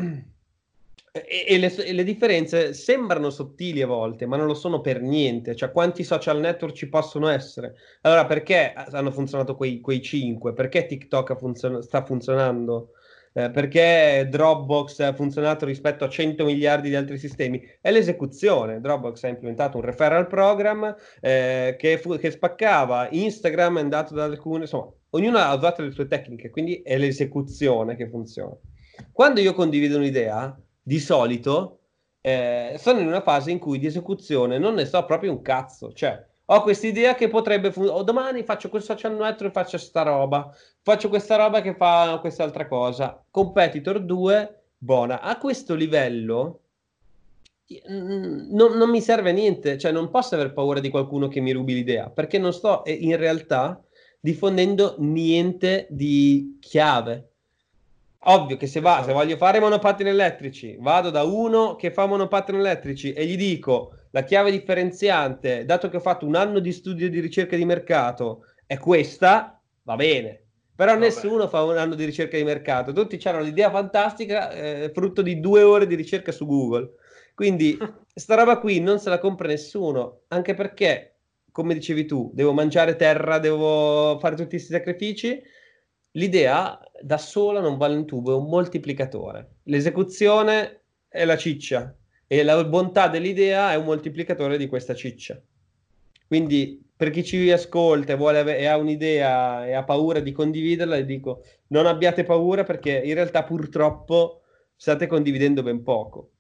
e le differenze sembrano sottili a volte, ma non lo sono per niente. Cioè, quanti social network ci possono essere? Allora, perché hanno funzionato quei 5? Perché TikTok sta funzionando? Perché Dropbox ha funzionato rispetto a 100 miliardi di altri sistemi? È l'esecuzione. Dropbox ha implementato un referral program che spaccava. Instagram è andato da alcune... Insomma, ognuno ha usato le sue tecniche, quindi è l'esecuzione che funziona. Quando io condivido un'idea, di solito sono in una fase in cui di esecuzione non ne so proprio un cazzo. Cioè, ho questa idea che potrebbe funzionare. O domani faccio questo social network e faccio sta roba. Faccio questa roba che fa quest'altra cosa. Competitor 2, buona. A questo livello non mi serve a niente. Cioè, non posso aver paura di qualcuno che mi rubi l'idea, perché non sto in realtà diffondendo niente di chiave. Ovvio che se Esatto. voglio fare monopattini elettrici, vado da uno che fa monopattini elettrici e gli dico la chiave differenziante, dato che ho fatto un anno di studio di ricerca di mercato, è questa, va bene. Però Vabbè. nessuno fa un anno di ricerca di mercato, tutti hanno l'idea fantastica, frutto di 2 ore di ricerca su Google. Quindi, sta roba qui non se la compra nessuno, anche perché, come dicevi tu, devo mangiare terra, devo fare tutti questi sacrifici. L'idea da sola non vale un tubo, è un moltiplicatore. L'esecuzione è la ciccia e la bontà dell'idea è un moltiplicatore di questa ciccia. Quindi per chi ci ascolta e, e ha un'idea e ha paura di condividerla, le dico non abbiate paura perché in realtà purtroppo state condividendo ben poco.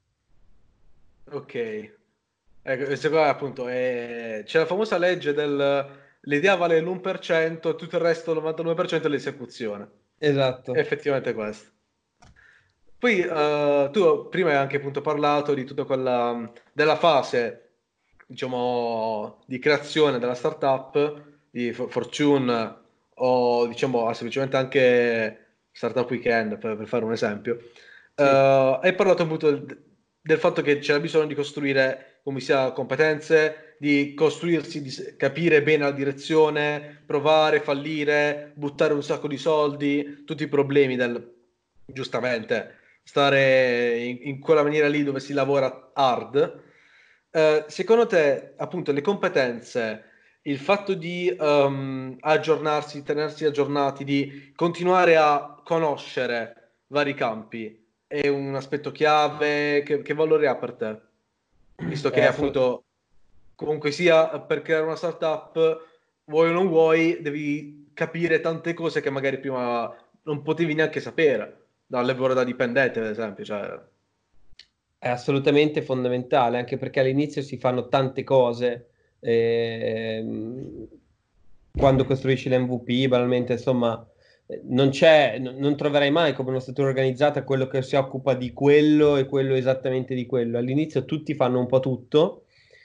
Ok. Ecco, questa qua appunto c'è la famosa legge del l'idea vale l'1%, tutto il resto, il 99% è l'esecuzione. Esatto. È effettivamente questo. Poi tu prima hai anche appunto parlato di tutta quella della fase, diciamo, di creazione della startup, di Fortune o diciamo semplicemente anche Startup Weekend per fare un esempio. Sì. Hai parlato appunto del fatto che c'era bisogno di costruire come sia competenze, di costruirsi, di capire bene la direzione, provare, fallire, buttare un sacco di soldi, tutti i problemi del, giustamente, stare in quella maniera lì dove si lavora hard. Secondo te, appunto, le competenze, il fatto di aggiornarsi, tenersi aggiornati, di continuare a conoscere vari campi, è un aspetto chiave? Che valore ha per te? Visto È che assolut- appunto, comunque sia, per creare una startup, vuoi o non vuoi, devi capire tante cose che magari prima non potevi neanche sapere, dal lavoro da dipendente, ad esempio. Cioè, È assolutamente fondamentale, anche perché all'inizio si fanno tante cose. ehm, Quando costruisci l'MVP, banalmente, insomma, non troverai mai come una struttura organizzata quello che si occupa di quello e quello esattamente di quello. All'inizio tutti fanno un po' tutto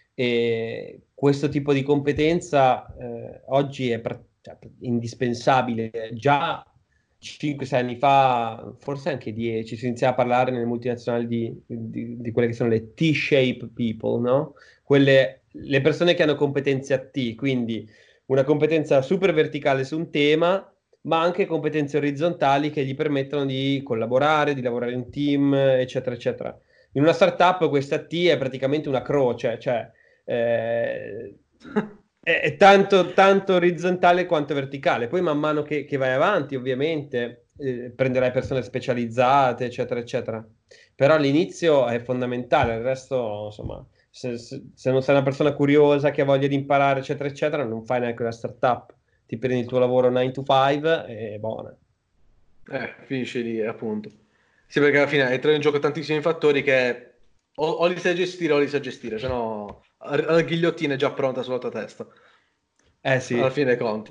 e questo tipo di competenza oggi è cioè, indispensabile. Già 5-6 anni fa, forse anche 10, si iniziava a parlare nelle multinazionali di quelle che sono le T-shape people, no? Le persone che hanno competenze a T, quindi una competenza super verticale su un tema, ma anche competenze orizzontali che gli permettono di collaborare, di lavorare in team, eccetera, eccetera. In una startup questa T è praticamente una croce, cioè eh, è tanto, tanto orizzontale quanto verticale. Poi man mano che vai avanti, ovviamente, prenderai persone specializzate, eccetera, eccetera. Però all'inizio è fondamentale, il resto, insomma, se non sei una persona curiosa che ha voglia di imparare, eccetera, eccetera, non fai neanche una startup. Ti prendi il tuo lavoro 9 to 5 e buona. finisce lì, appunto. Sì, perché alla fine entrano in gioco tantissimi fattori che o li sai gestire o li sai gestire, se no la ghigliottina è già pronta sulla tua testa, Eh alla sì. fine dei conti.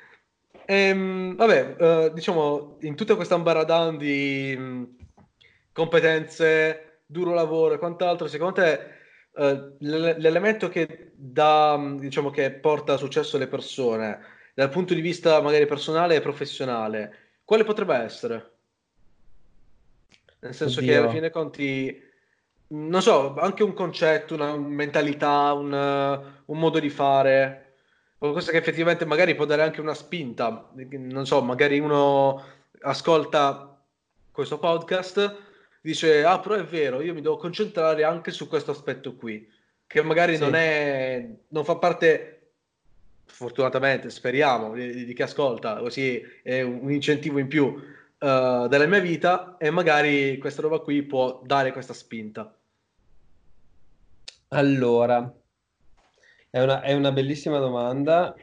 Vabbè, diciamo, in tutta questa ambaradan di competenze, duro lavoro e quant'altro, secondo te l'elemento che dà, diciamo, che porta a successo alle persone, dal punto di vista magari personale e professionale, quale potrebbe essere? Nel senso che alla fine Oddio. dei conti, non so, anche un concetto, una mentalità, un modo di fare, qualcosa che effettivamente magari può dare anche una spinta. Non so, magari uno ascolta questo podcast, dice, ah, però è vero, io mi devo concentrare anche su questo aspetto qui, che magari non Sì. è, non fa parte, fortunatamente, speriamo, di chi ascolta, così è un incentivo in più della mia vita e magari questa roba qui può dare questa spinta. Allora, è una bellissima domanda.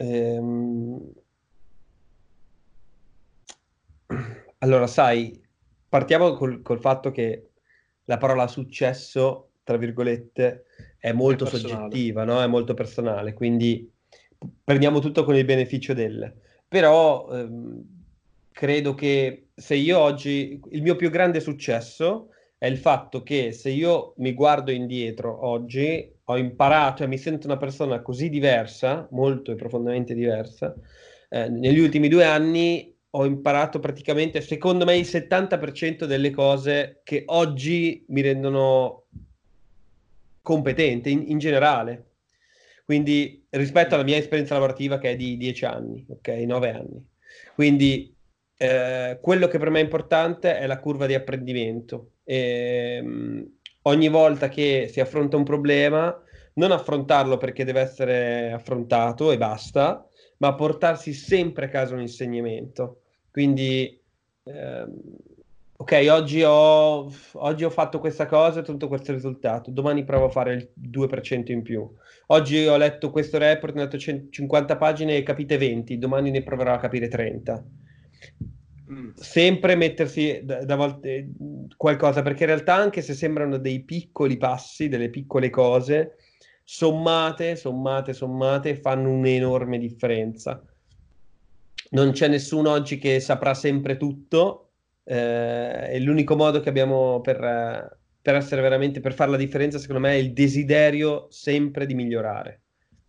Allora, sai, partiamo col fatto che la parola successo, tra virgolette, è È molto personale. soggettiva, no? È molto personale, quindi prendiamo tutto con il beneficio del. Però credo che se io oggi, il mio più grande successo è il fatto che se io mi guardo indietro oggi, ho imparato, cioè mi sento una persona così diversa, molto e profondamente diversa, negli ultimi 2 anni ho imparato praticamente, secondo me, il 70% delle cose che oggi mi rendono competente in generale. Quindi rispetto alla Mm. mia esperienza lavorativa che è di 10 anni, ok, 9 anni. Quindi quello che per me è importante è la curva di apprendimento. Ogni volta che si affronta un problema, non affrontarlo perché deve essere affrontato e basta, ma portarsi sempre a casa un insegnamento. Quindi, ehm, ok, oggi ho fatto questa cosa e ottenuto questo risultato, domani provo a fare il 2% in più. Oggi ho letto questo report, ne ho letto 50 pagine e capite 20, domani ne proverò a capire 30. Mm. Sempre mettersi da volte qualcosa, perché in realtà anche se sembrano dei piccoli passi, delle piccole cose, sommate, fanno un'enorme differenza. Non c'è nessuno oggi che saprà sempre tutto, e l'unico modo che abbiamo per essere veramente, per fare la differenza, secondo me, è il desiderio sempre di migliorare.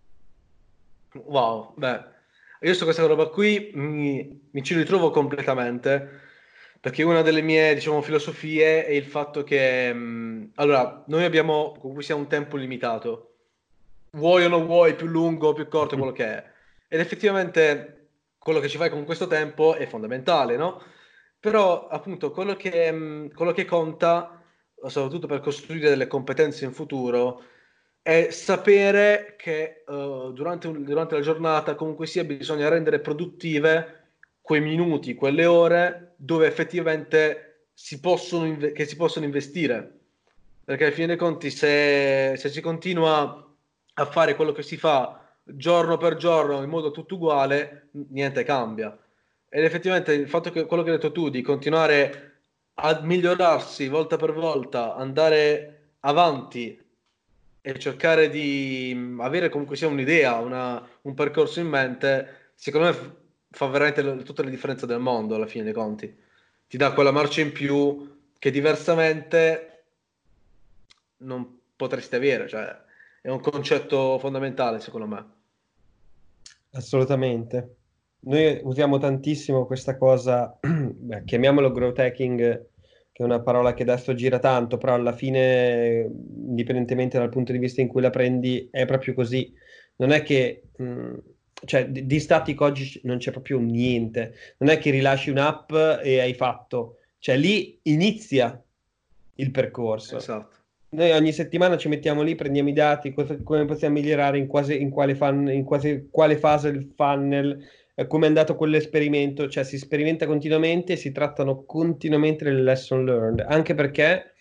Wow, beh, io su questa roba qui mi ci ritrovo completamente, perché una delle mie, diciamo, filosofie è il fatto che, allora, noi abbiamo, comunque sia un tempo limitato, vuoi o non vuoi, più lungo, più corto, quello che è. Ed effettivamente quello che ci fai con questo tempo è fondamentale, no? Però appunto quello che conta, soprattutto per costruire delle competenze in futuro, è sapere che durante la giornata comunque sia bisogna rendere produttive quei minuti, quelle ore dove effettivamente che si possono investire. Perché alla fine dei conti, se si continua a fare quello che si fa giorno per giorno in modo tutto uguale, niente cambia. Ed effettivamente il fatto che quello che hai detto tu, di continuare a migliorarsi volta per volta, andare avanti e cercare di avere comunque sia un'idea, un percorso in mente, secondo me fa veramente tutta la differenza del mondo alla fine dei conti. Ti dà quella marcia in più che diversamente non potresti avere, cioè è un concetto fondamentale secondo me. Assolutamente. Noi usiamo tantissimo questa cosa, beh, chiamiamolo growth hacking, che è una parola che adesso gira tanto, però alla fine, indipendentemente dal punto di vista in cui la prendi, è proprio così. Non è che, cioè, di statico oggi non c'è proprio niente. Non è che rilasci un'app e hai fatto. Cioè, lì inizia il percorso. Esatto. Noi ogni settimana ci mettiamo lì, prendiamo i dati, come possiamo migliorare, in quasi quale fase del funnel, come è andato quell'esperimento, cioè si sperimenta continuamente e si trattano continuamente le lesson learned, anche perché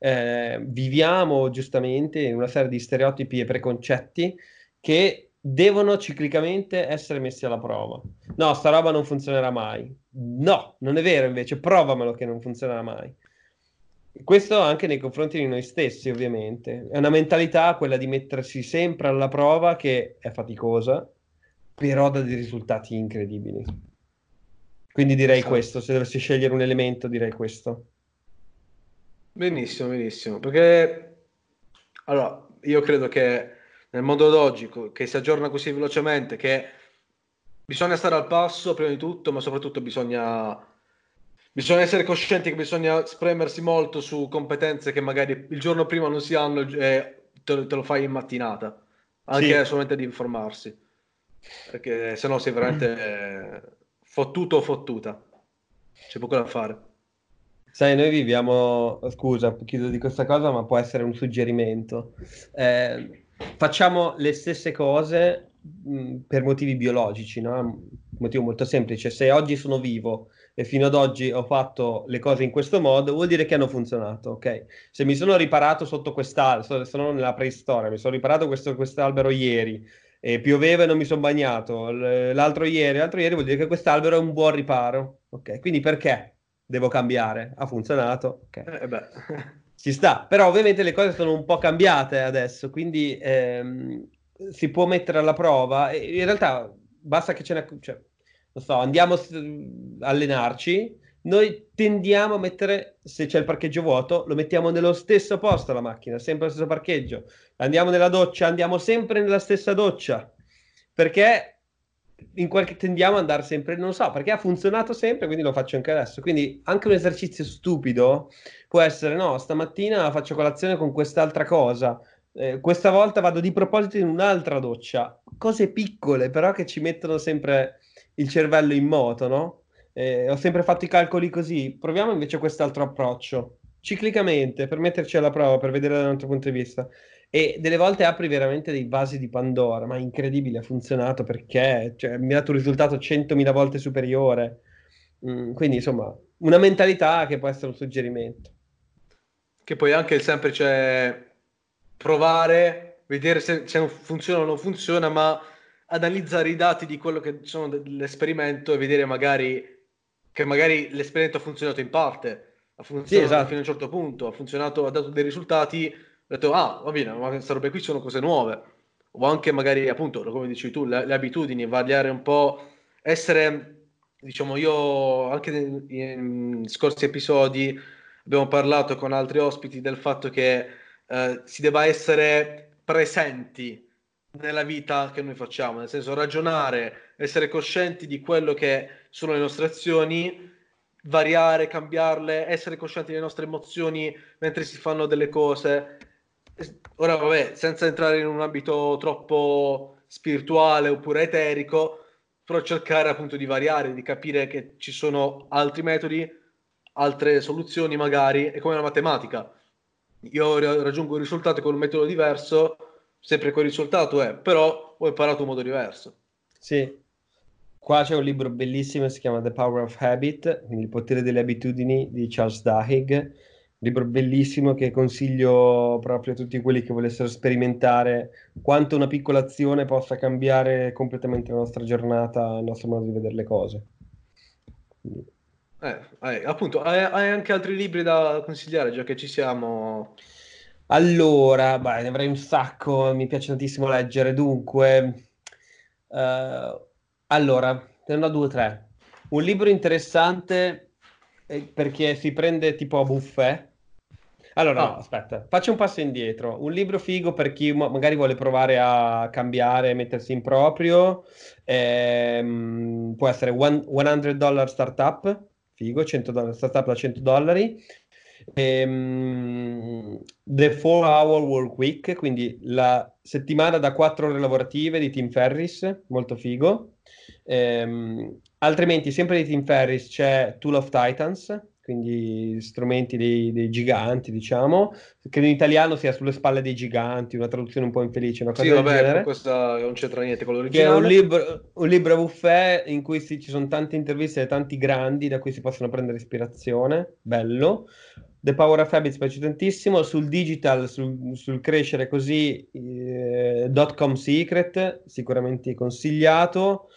viviamo giustamente in una serie di stereotipi e preconcetti che devono ciclicamente essere messi alla prova. No, sta roba non funzionerà mai. No, non è vero invece, provamelo che non funzionerà mai. Questo anche nei confronti di noi stessi, ovviamente. È una mentalità, quella di mettersi sempre alla prova, che è faticosa, però dà dei risultati incredibili. Quindi direi Esatto. questo, se dovessi scegliere un elemento, direi questo. Benissimo, benissimo, perché allora io credo che nel mondo d'oggi che si aggiorna così velocemente che bisogna stare al passo prima di tutto, ma soprattutto bisogna essere coscienti che bisogna spremersi molto su competenze che magari il giorno prima non si hanno e te lo fai in mattinata, anche Sì. solamente di informarsi, perché sennò sei veramente fottuto o fottuta, c'è poco da fare. Sai, noi viviamo, scusa, chiudo di questa cosa, ma può essere un suggerimento. Facciamo le stesse cose per motivi biologici, no? Un motivo molto semplice. Se oggi sono vivo e fino ad oggi ho fatto le cose in questo modo, vuol dire che hanno funzionato, ok? Se mi sono riparato sotto quest'albero, sono nella preistoria, mi sono riparato quest'albero ieri, e pioveva e non mi sono bagnato, l'altro ieri vuol dire che quest'albero è un buon riparo, ok? Quindi perché? Devo cambiare. Ha funzionato, ok. Beh. Ci sta, però ovviamente le cose sono un po' cambiate adesso, quindi si può mettere alla prova. E in realtà basta che ce ne... Cioè, non so, andiamo a allenarci, noi tendiamo a mettere, se c'è il parcheggio vuoto, lo mettiamo nello stesso posto la macchina, sempre allo stesso parcheggio. Andiamo nella doccia, andiamo sempre nella stessa doccia, perché tendiamo ad andare sempre, non so, perché ha funzionato sempre, quindi lo faccio anche adesso. Quindi anche un esercizio stupido può essere, no, stamattina faccio colazione con quest'altra cosa, questa volta vado di proposito in un'altra doccia. Cose piccole, però che ci mettono sempre il cervello in moto, no? Ho sempre fatto i calcoli così. Proviamo invece quest'altro approccio, ciclicamente, per metterci alla prova, per vedere dal nostro punto di vista. E delle volte apri veramente dei vasi di Pandora, ma incredibile, ha funzionato perché cioè, mi ha dato un risultato 100.000 volte superiore. Quindi, insomma, una mentalità che può essere un suggerimento. Che poi anche il semplice provare, vedere se non funziona o non funziona, ma analizzare i dati di quello che sono dell'esperimento e vedere che magari l'esperimento ha funzionato in parte, ha Sì, funzionato fino a un esatto. certo punto, ha funzionato, ha dato dei risultati, ho detto, ah, va bene, ma queste robe qui sono cose nuove. o anche magari appunto, come dici tu, le abitudini, variare un po', essere, diciamo, io anche in scorsi episodi abbiamo parlato con altri ospiti del fatto che si debba essere presenti nella vita che noi facciamo, nel senso ragionare, essere coscienti di quello che sono le nostre azioni, variare, cambiarle, essere coscienti delle nostre emozioni mentre si fanno delle cose. Ora, vabbè, senza entrare in un ambito troppo spirituale oppure eterico, però cercare appunto di variare, di capire che ci sono altri metodi, altre soluzioni magari, è come la matematica. Io raggiungo un risultato con un metodo diverso, sempre quel risultato è, però ho imparato un modo diverso. Sì, qua c'è un libro bellissimo, si chiama The Power of Habit, quindi il potere delle abitudini di Charles Duhigg, un libro bellissimo che consiglio proprio a tutti quelli che volessero sperimentare quanto una piccola azione possa cambiare completamente la nostra giornata, il nostro modo di vedere le cose. Quindi- Appunto, hai anche altri libri da consigliare, già che ci siamo. Allora, beh, ne avrei un sacco, mi piace tantissimo leggere, dunque, allora, te ne ho due o tre. Un libro interessante perché si prende tipo a buffet. Allora, no, Ah, aspetta, faccio un passo indietro. Un libro figo per chi magari vuole provare a cambiare, mettersi in proprio. Può essere $100 Startup, figo, $100, startup da $100. The 4 Hour Work Week, quindi la settimana da 4 ore lavorative di Tim Ferriss, molto figo. Altrimenti, sempre di Tim Ferriss c'è Tool of Titans, quindi strumenti dei giganti, diciamo. Credo in italiano sia Sulle spalle dei giganti, una traduzione un po' infelice, una sì, cosa del vabbè, genere. questa non c'entra niente con Che è l'originale. un libro a buffet in cui ci sono tante interviste da tanti grandi da cui si possono prendere ispirazione. Bello. The Power of Habits piace tantissimo. Sul digital, sul crescere così, .com Secret, sicuramente consigliato.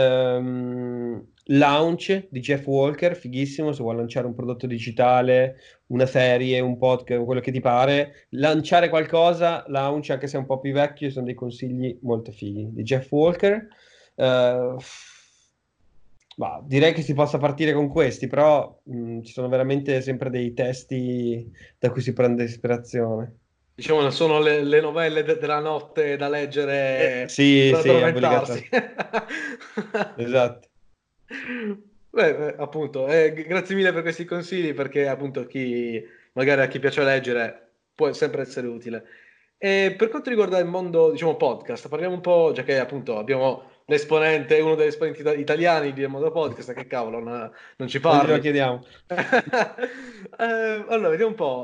Launch di Jeff Walker, fighissimo, se vuoi lanciare un prodotto digitale, una serie, un podcast, quello che ti pare, lanciare qualcosa, launch, anche se è un po' più vecchio, sono dei consigli molto fighi di Jeff Walker. Eh, direi che si possa partire con questi, però ci sono veramente sempre dei testi da cui si prende ispirazione. Diciamo, non sono le novelle della notte da leggere Sì, per sì, è addormentarsi. obbligatorio. Esatto. Appunto, grazie mille per questi consigli perché appunto chi magari a chi piace leggere può sempre essere utile. E per quanto riguarda il mondo, diciamo, podcast, parliamo un po', già che appunto abbiamo l'esponente, uno degli esponenti italiani del mondo podcast, che cavolo, non ci Non glielo parli. chiediamo. Allora, vediamo un po'.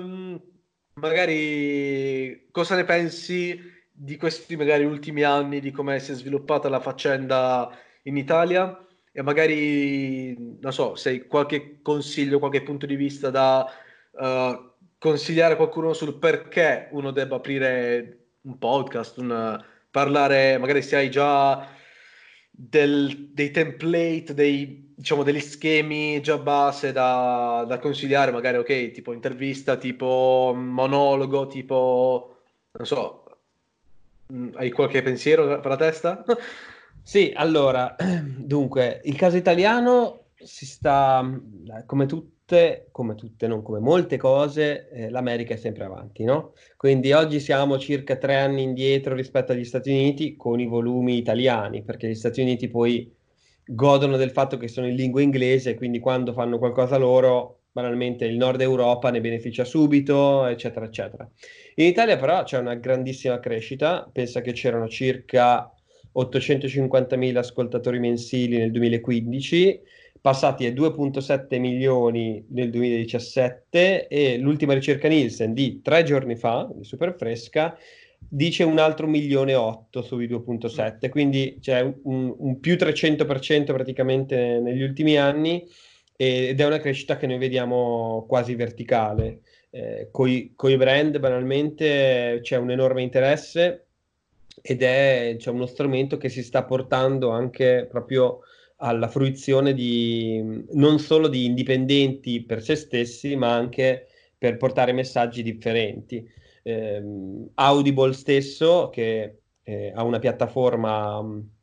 Magari cosa ne pensi di questi magari ultimi anni, di come si è sviluppata la faccenda in Italia? E magari, non so, se hai qualche consiglio, qualche punto di vista da consigliare a qualcuno sul perché uno debba aprire un podcast, parlare, magari se hai già dei template, diciamo, degli schemi già base da consigliare, magari, ok, tipo intervista, tipo monologo, tipo, non so, hai qualche pensiero per la testa? Sì, allora, dunque, il caso italiano si sta, come tutte, non come molte cose, l'America è sempre avanti, no? Quindi oggi siamo circa 3 anni indietro rispetto agli Stati Uniti con i volumi italiani, perché gli Stati Uniti poi godono del fatto che sono in lingua inglese, quindi quando fanno qualcosa loro, banalmente il Nord Europa ne beneficia subito, eccetera, eccetera. In Italia però c'è una grandissima crescita, pensa che c'erano circa 850.000 ascoltatori mensili nel 2015, passati a 2,7 milioni nel 2017 e l'ultima ricerca Nielsen di 3 giorni fa, di super fresca, dice un altro 1.800.000 sui 2,7, quindi c'è un più 300% praticamente negli ultimi anni ed è una crescita che noi vediamo quasi verticale. Coi brand banalmente c'è un enorme interesse ed è uno strumento che si sta portando anche proprio alla fruizione di non solo di indipendenti per se stessi, ma anche per portare messaggi differenti. Audible stesso, che ha una piattaforma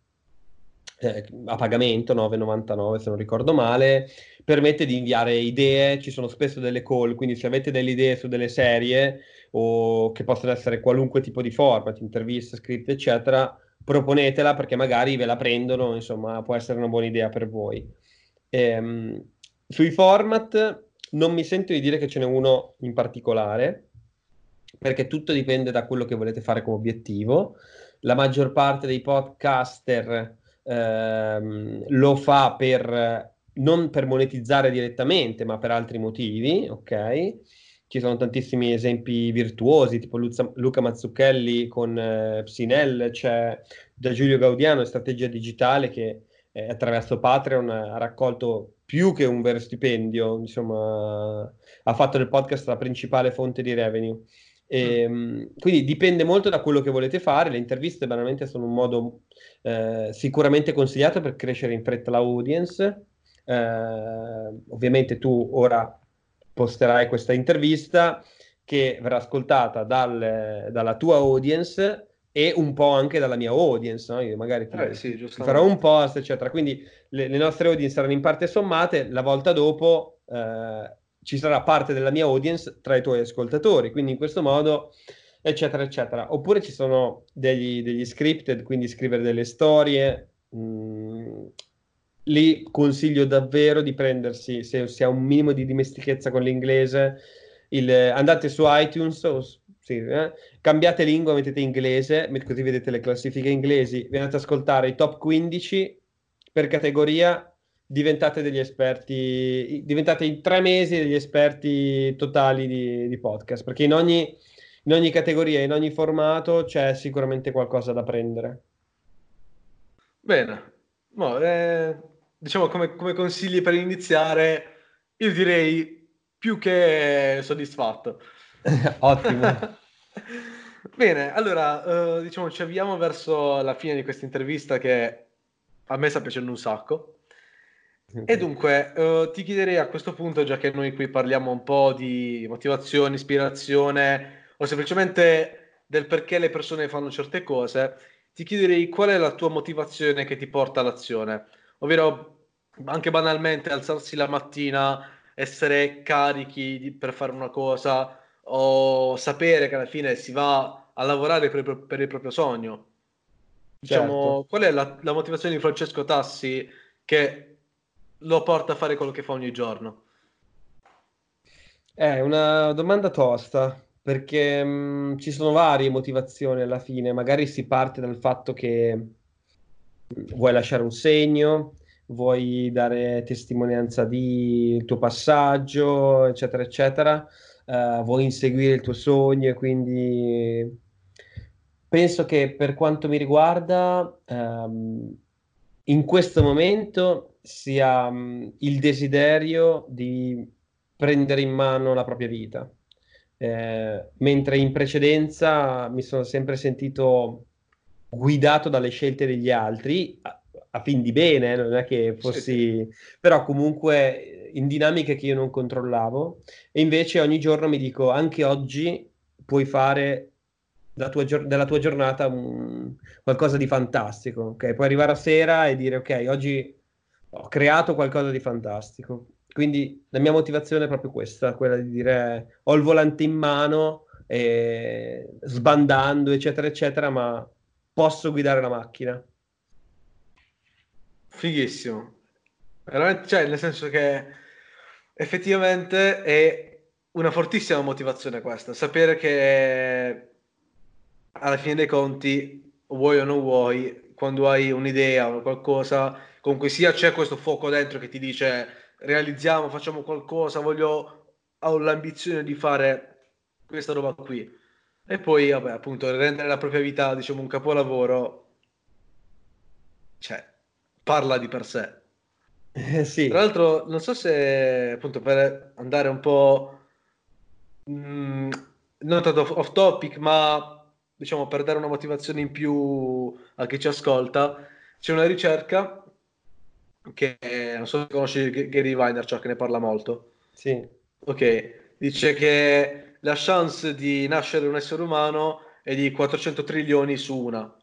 a pagamento, 9,99 se non ricordo male, permette di inviare idee, ci sono spesso delle call, quindi se avete delle idee su delle serie o che possono essere qualunque tipo di format, interviste, scritte, eccetera, proponetela perché magari ve la prendono, insomma, può essere una buona idea per voi. Ehm, Sui format non mi sento di dire che ce n'è uno in particolare, perché tutto dipende da quello che volete fare come obiettivo. La maggior parte dei podcaster lo fa non per monetizzare direttamente, ma per altri motivi, ok? Ci sono tantissimi esempi virtuosi, tipo Luca Mazzucchelli con Psinel, c'è da Giulio Gaudiano, Strategia Digitale, che attraverso Patreon ha raccolto più che un vero stipendio, insomma, ha fatto del podcast la principale fonte di revenue. Quindi dipende molto da quello che volete fare. Le interviste banalmente sono un modo sicuramente consigliato per crescere in fretta l'audience. Ovviamente tu ora posterai questa intervista che verrà ascoltata dalla tua audience e un po' anche dalla mia audience, no? Io magari Sì, ti farò un giustamente. post, eccetera. Quindi le nostre audience saranno in parte sommate, la volta dopo ci sarà parte della mia audience tra i tuoi ascoltatori, quindi in questo modo, eccetera, eccetera. Oppure ci sono degli scripted, quindi scrivere delle storie. Lì consiglio davvero di prendersi, se si ha un minimo di dimestichezza con l'inglese, andate su iTunes, sì, cambiate lingua, mettete inglese, così vedete le classifiche inglesi, vi andate ad ascoltare i top 15 per categoria, diventate degli esperti, diventate in 3 mesi degli esperti totali di podcast, perché in ogni categoria, in ogni formato c'è sicuramente qualcosa da prendere. Bene, no, diciamo come consigli per iniziare, io direi più che soddisfatto. Ottimo. Bene, allora, diciamo ci avviamo verso la fine di questa intervista che a me sta piacendo un sacco. E Ok. dunque, ti chiederei a questo punto, già che noi qui parliamo un po' di motivazione, ispirazione o semplicemente del perché le persone fanno certe cose, ti chiederei qual è la tua motivazione che ti porta all'azione, ovvero anche banalmente alzarsi la mattina, essere carichi per fare una cosa o sapere che alla fine si va a lavorare per il proprio sogno. Certo. Diciamo, qual è la motivazione di Francesco Tassi che lo porta a fare quello che fa ogni giorno? È una domanda tosta, perché ci sono varie motivazioni alla fine. Magari si parte dal fatto che vuoi lasciare un segno, vuoi dare testimonianza di il tuo passaggio, eccetera, eccetera. Vuoi inseguire il tuo sogno e quindi penso che per quanto mi riguarda, in questo momento sia il desiderio di prendere in mano la propria vita. Mentre in precedenza mi sono sempre sentito guidato dalle scelte degli altri, a fin di bene, non è che Sì, sì. fossi, però comunque in dinamiche che io non controllavo, e invece ogni giorno mi dico, anche oggi puoi fare della tua giornata qualcosa di fantastico, ok? Puoi arrivare a sera e dire, ok, oggi ho creato qualcosa di fantastico. Quindi la mia motivazione è proprio questa, quella di dire ho il volante in mano, sbandando, eccetera, eccetera, ma posso guidare la macchina. Fighissimo. Veramente, cioè, nel senso che effettivamente è una fortissima motivazione questa, sapere che alla fine dei conti, vuoi o non vuoi, quando hai un'idea o qualcosa, comunque sia c'è questo fuoco dentro che ti dice realizziamo, facciamo qualcosa, ho l'ambizione di fare questa roba qui. E poi, vabbè, appunto, rendere la propria vita, diciamo, un capolavoro, cioè, parla di per sé. Tra Sì. l'altro, non so se, appunto, per andare un po', mh, non tanto off topic, ma diciamo per dare una motivazione in più a chi ci ascolta, c'è una ricerca che, non so se conosci Gary Vaynerchuk, che ne parla molto. Sì, Ok, dice che la chance di nascere un essere umano è di 400 trilioni su una.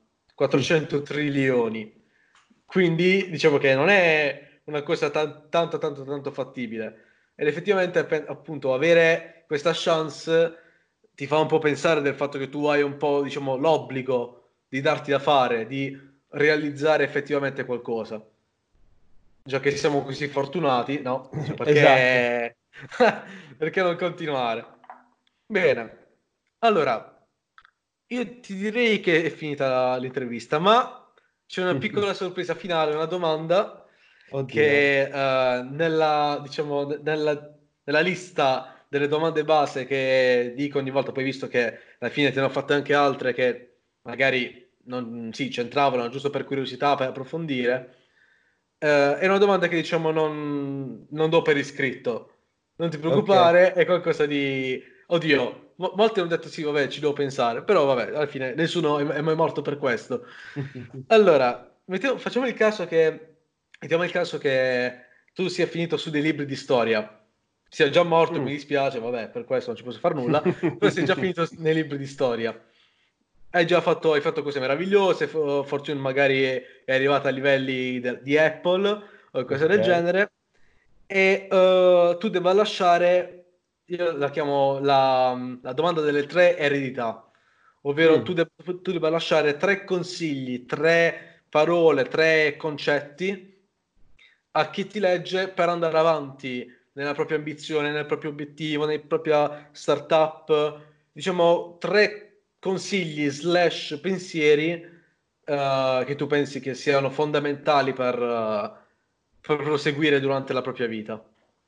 400 trilioni. Quindi diciamo che non è una cosa tanto fattibile. Ed effettivamente appunto avere questa chance ti fa un po' pensare del fatto che tu hai un po', diciamo, l'obbligo di darti da fare, di realizzare effettivamente qualcosa. Già che siamo così fortunati, no? Cioè, Esatto. perché... perché non continuare? Bene. Allora, io ti direi che è finita l'intervista, ma c'è una piccola sorpresa finale, una domanda Oddio. che nella, diciamo, nella lista delle domande base che dico ogni volta, poi visto che alla fine te ne ho fatte anche altre che magari non, sì, c'entravano giusto per curiosità, per approfondire, è una domanda che diciamo non do per iscritto. Non ti Ok. preoccupare, è qualcosa di... Oddio, molti hanno detto sì, vabbè, ci devo pensare, però vabbè, alla fine nessuno è mai morto per questo. Allora, mettiamo il caso che tu sia finito su dei libri di storia, sia già morto, mi Mm. dispiace, vabbè, per questo non ci posso fare nulla, però sei già finito nei libri di storia. Hai fatto cose meravigliose, Fortune magari è arrivata a livelli di Apple o cose del Ok. genere, e tu debba lasciare, io la chiamo la domanda delle tre eredità, ovvero Mm. tu debba lasciare tre consigli, tre parole, tre concetti a chi ti legge per andare avanti nella propria ambizione, nel proprio obiettivo, nella propria startup, diciamo tre consigli slash pensieri che tu pensi che siano fondamentali per proseguire durante la propria vita.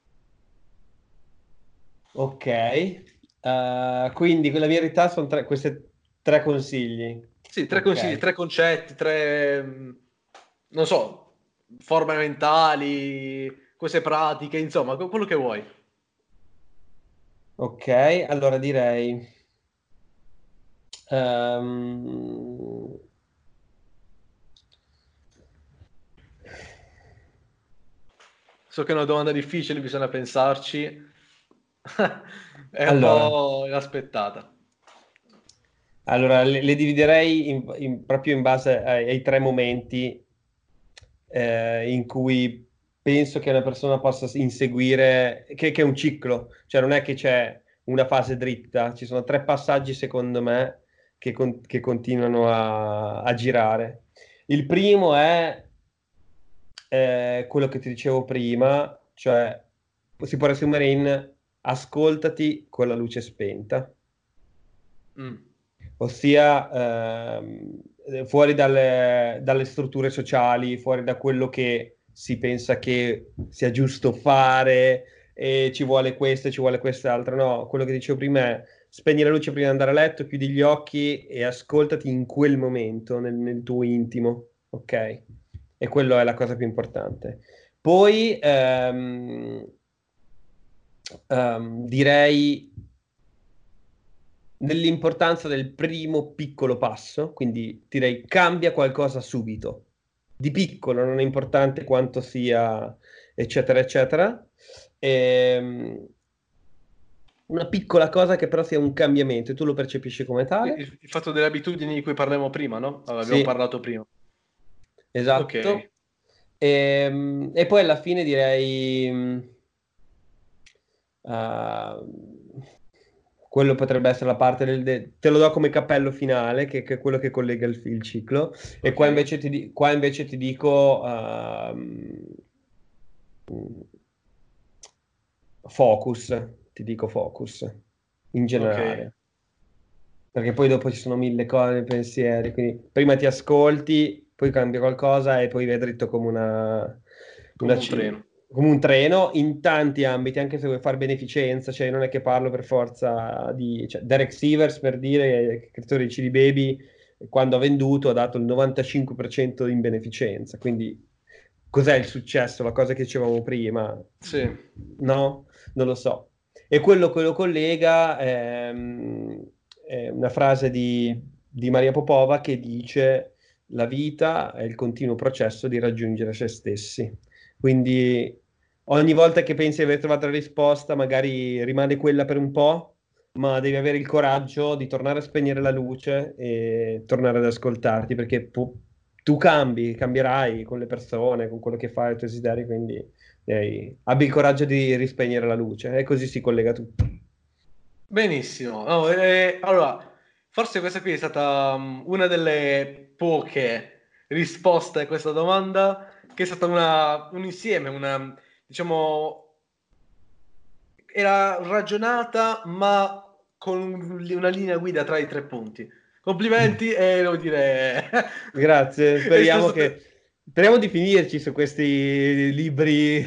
Ok. Quindi la verità sono questi tre consigli. Sì, tre consigli, Ok. tre concetti, tre, non so, forme mentali, cose pratiche, insomma, quello che vuoi. Ok, allora direi... ehm, So che è una domanda difficile, bisogna pensarci. È un allora, po' inaspettata. allora, le dividerei proprio in base ai tre momenti in cui penso che una persona possa inseguire, che è un ciclo, cioè non è che c'è una fase dritta, ci sono tre passaggi secondo me che continuano a girare. Il primo è quello che ti dicevo prima, cioè si può riassumere in ascoltati con la luce spenta, Mm, ossia fuori dalle strutture sociali, fuori da quello che si pensa che sia giusto fare e ci vuole questo e ci vuole quest'altro. No, quello che dicevo prima è spegni la luce prima di andare a letto, chiudi gli occhi e ascoltati in quel momento, nel tuo intimo, ok? E quello è la cosa più importante. Poi direi nell'importanza del primo piccolo passo, quindi direi cambia qualcosa subito. Di piccolo, non è importante quanto sia, eccetera, eccetera. Ehm, una piccola cosa che però sia un cambiamento e tu lo percepisci come tale? il fatto delle abitudini di cui parlavamo prima, no? Abbiamo Sì, parlato prima. Ok. esatto. E poi alla fine direi, ah, quello potrebbe essere la parte te lo do come cappello finale, che è quello che collega il ciclo. E Ok. qua invece ti dico focus, ti dico focus in Ok. generale. Perché poi dopo ci sono mille cose, pensieri, quindi prima ti ascolti, poi cambia qualcosa e poi vai dritto come Come un treno. come un treno in tanti ambiti, anche se vuoi fare beneficenza, cioè non è che parlo per forza di... Cioè, Derek Sivers, per dire, creatore di CD Baby, quando ha venduto ha dato il 95% in beneficenza, quindi cos'è il successo? La cosa che dicevamo prima, Sì. no? Non lo so. E quello che lo collega è una frase di Maria Popova che dice la vita è il continuo processo di raggiungere se stessi. Quindi ogni volta che pensi di aver trovato la risposta, magari rimane quella per un po', ma devi avere il coraggio di tornare a spegnere la luce e tornare ad ascoltarti, perché tu cambierai con le persone, con quello che fai, i tuoi desideri, quindi abbi il coraggio di rispegnere la luce e così si collega tutto. Benissimo. No, allora, forse questa qui è stata una delle poche risposte a questa domanda, che è stata un insieme, diciamo, era ragionata, ma con una linea guida tra i tre punti. Complimenti e devo dire... Grazie, è stato... speriamo di finirci su questi libri.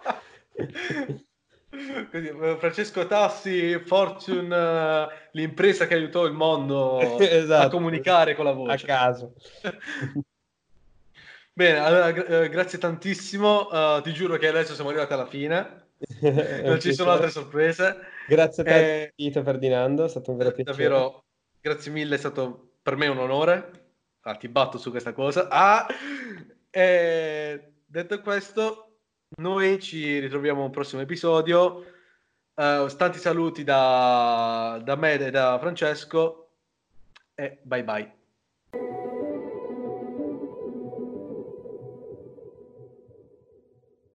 Così, Francesco Tassi, Fortune, l'impresa che aiutò il mondo a Esatto, comunicare con la a voce. caso. Bene, allora, grazie tantissimo. Ti giuro che adesso siamo arrivati alla fine. È un Non ci sono altre piacere. sorprese. Grazie a te per Eh, l'invito, Ferdinando, è stato un vero piacere. davvero, grazie mille, è stato per me un onore. Ti batto su questa cosa. Detto questo, noi ci ritroviamo a un prossimo episodio. Tanti saluti da me e da Francesco e bye bye.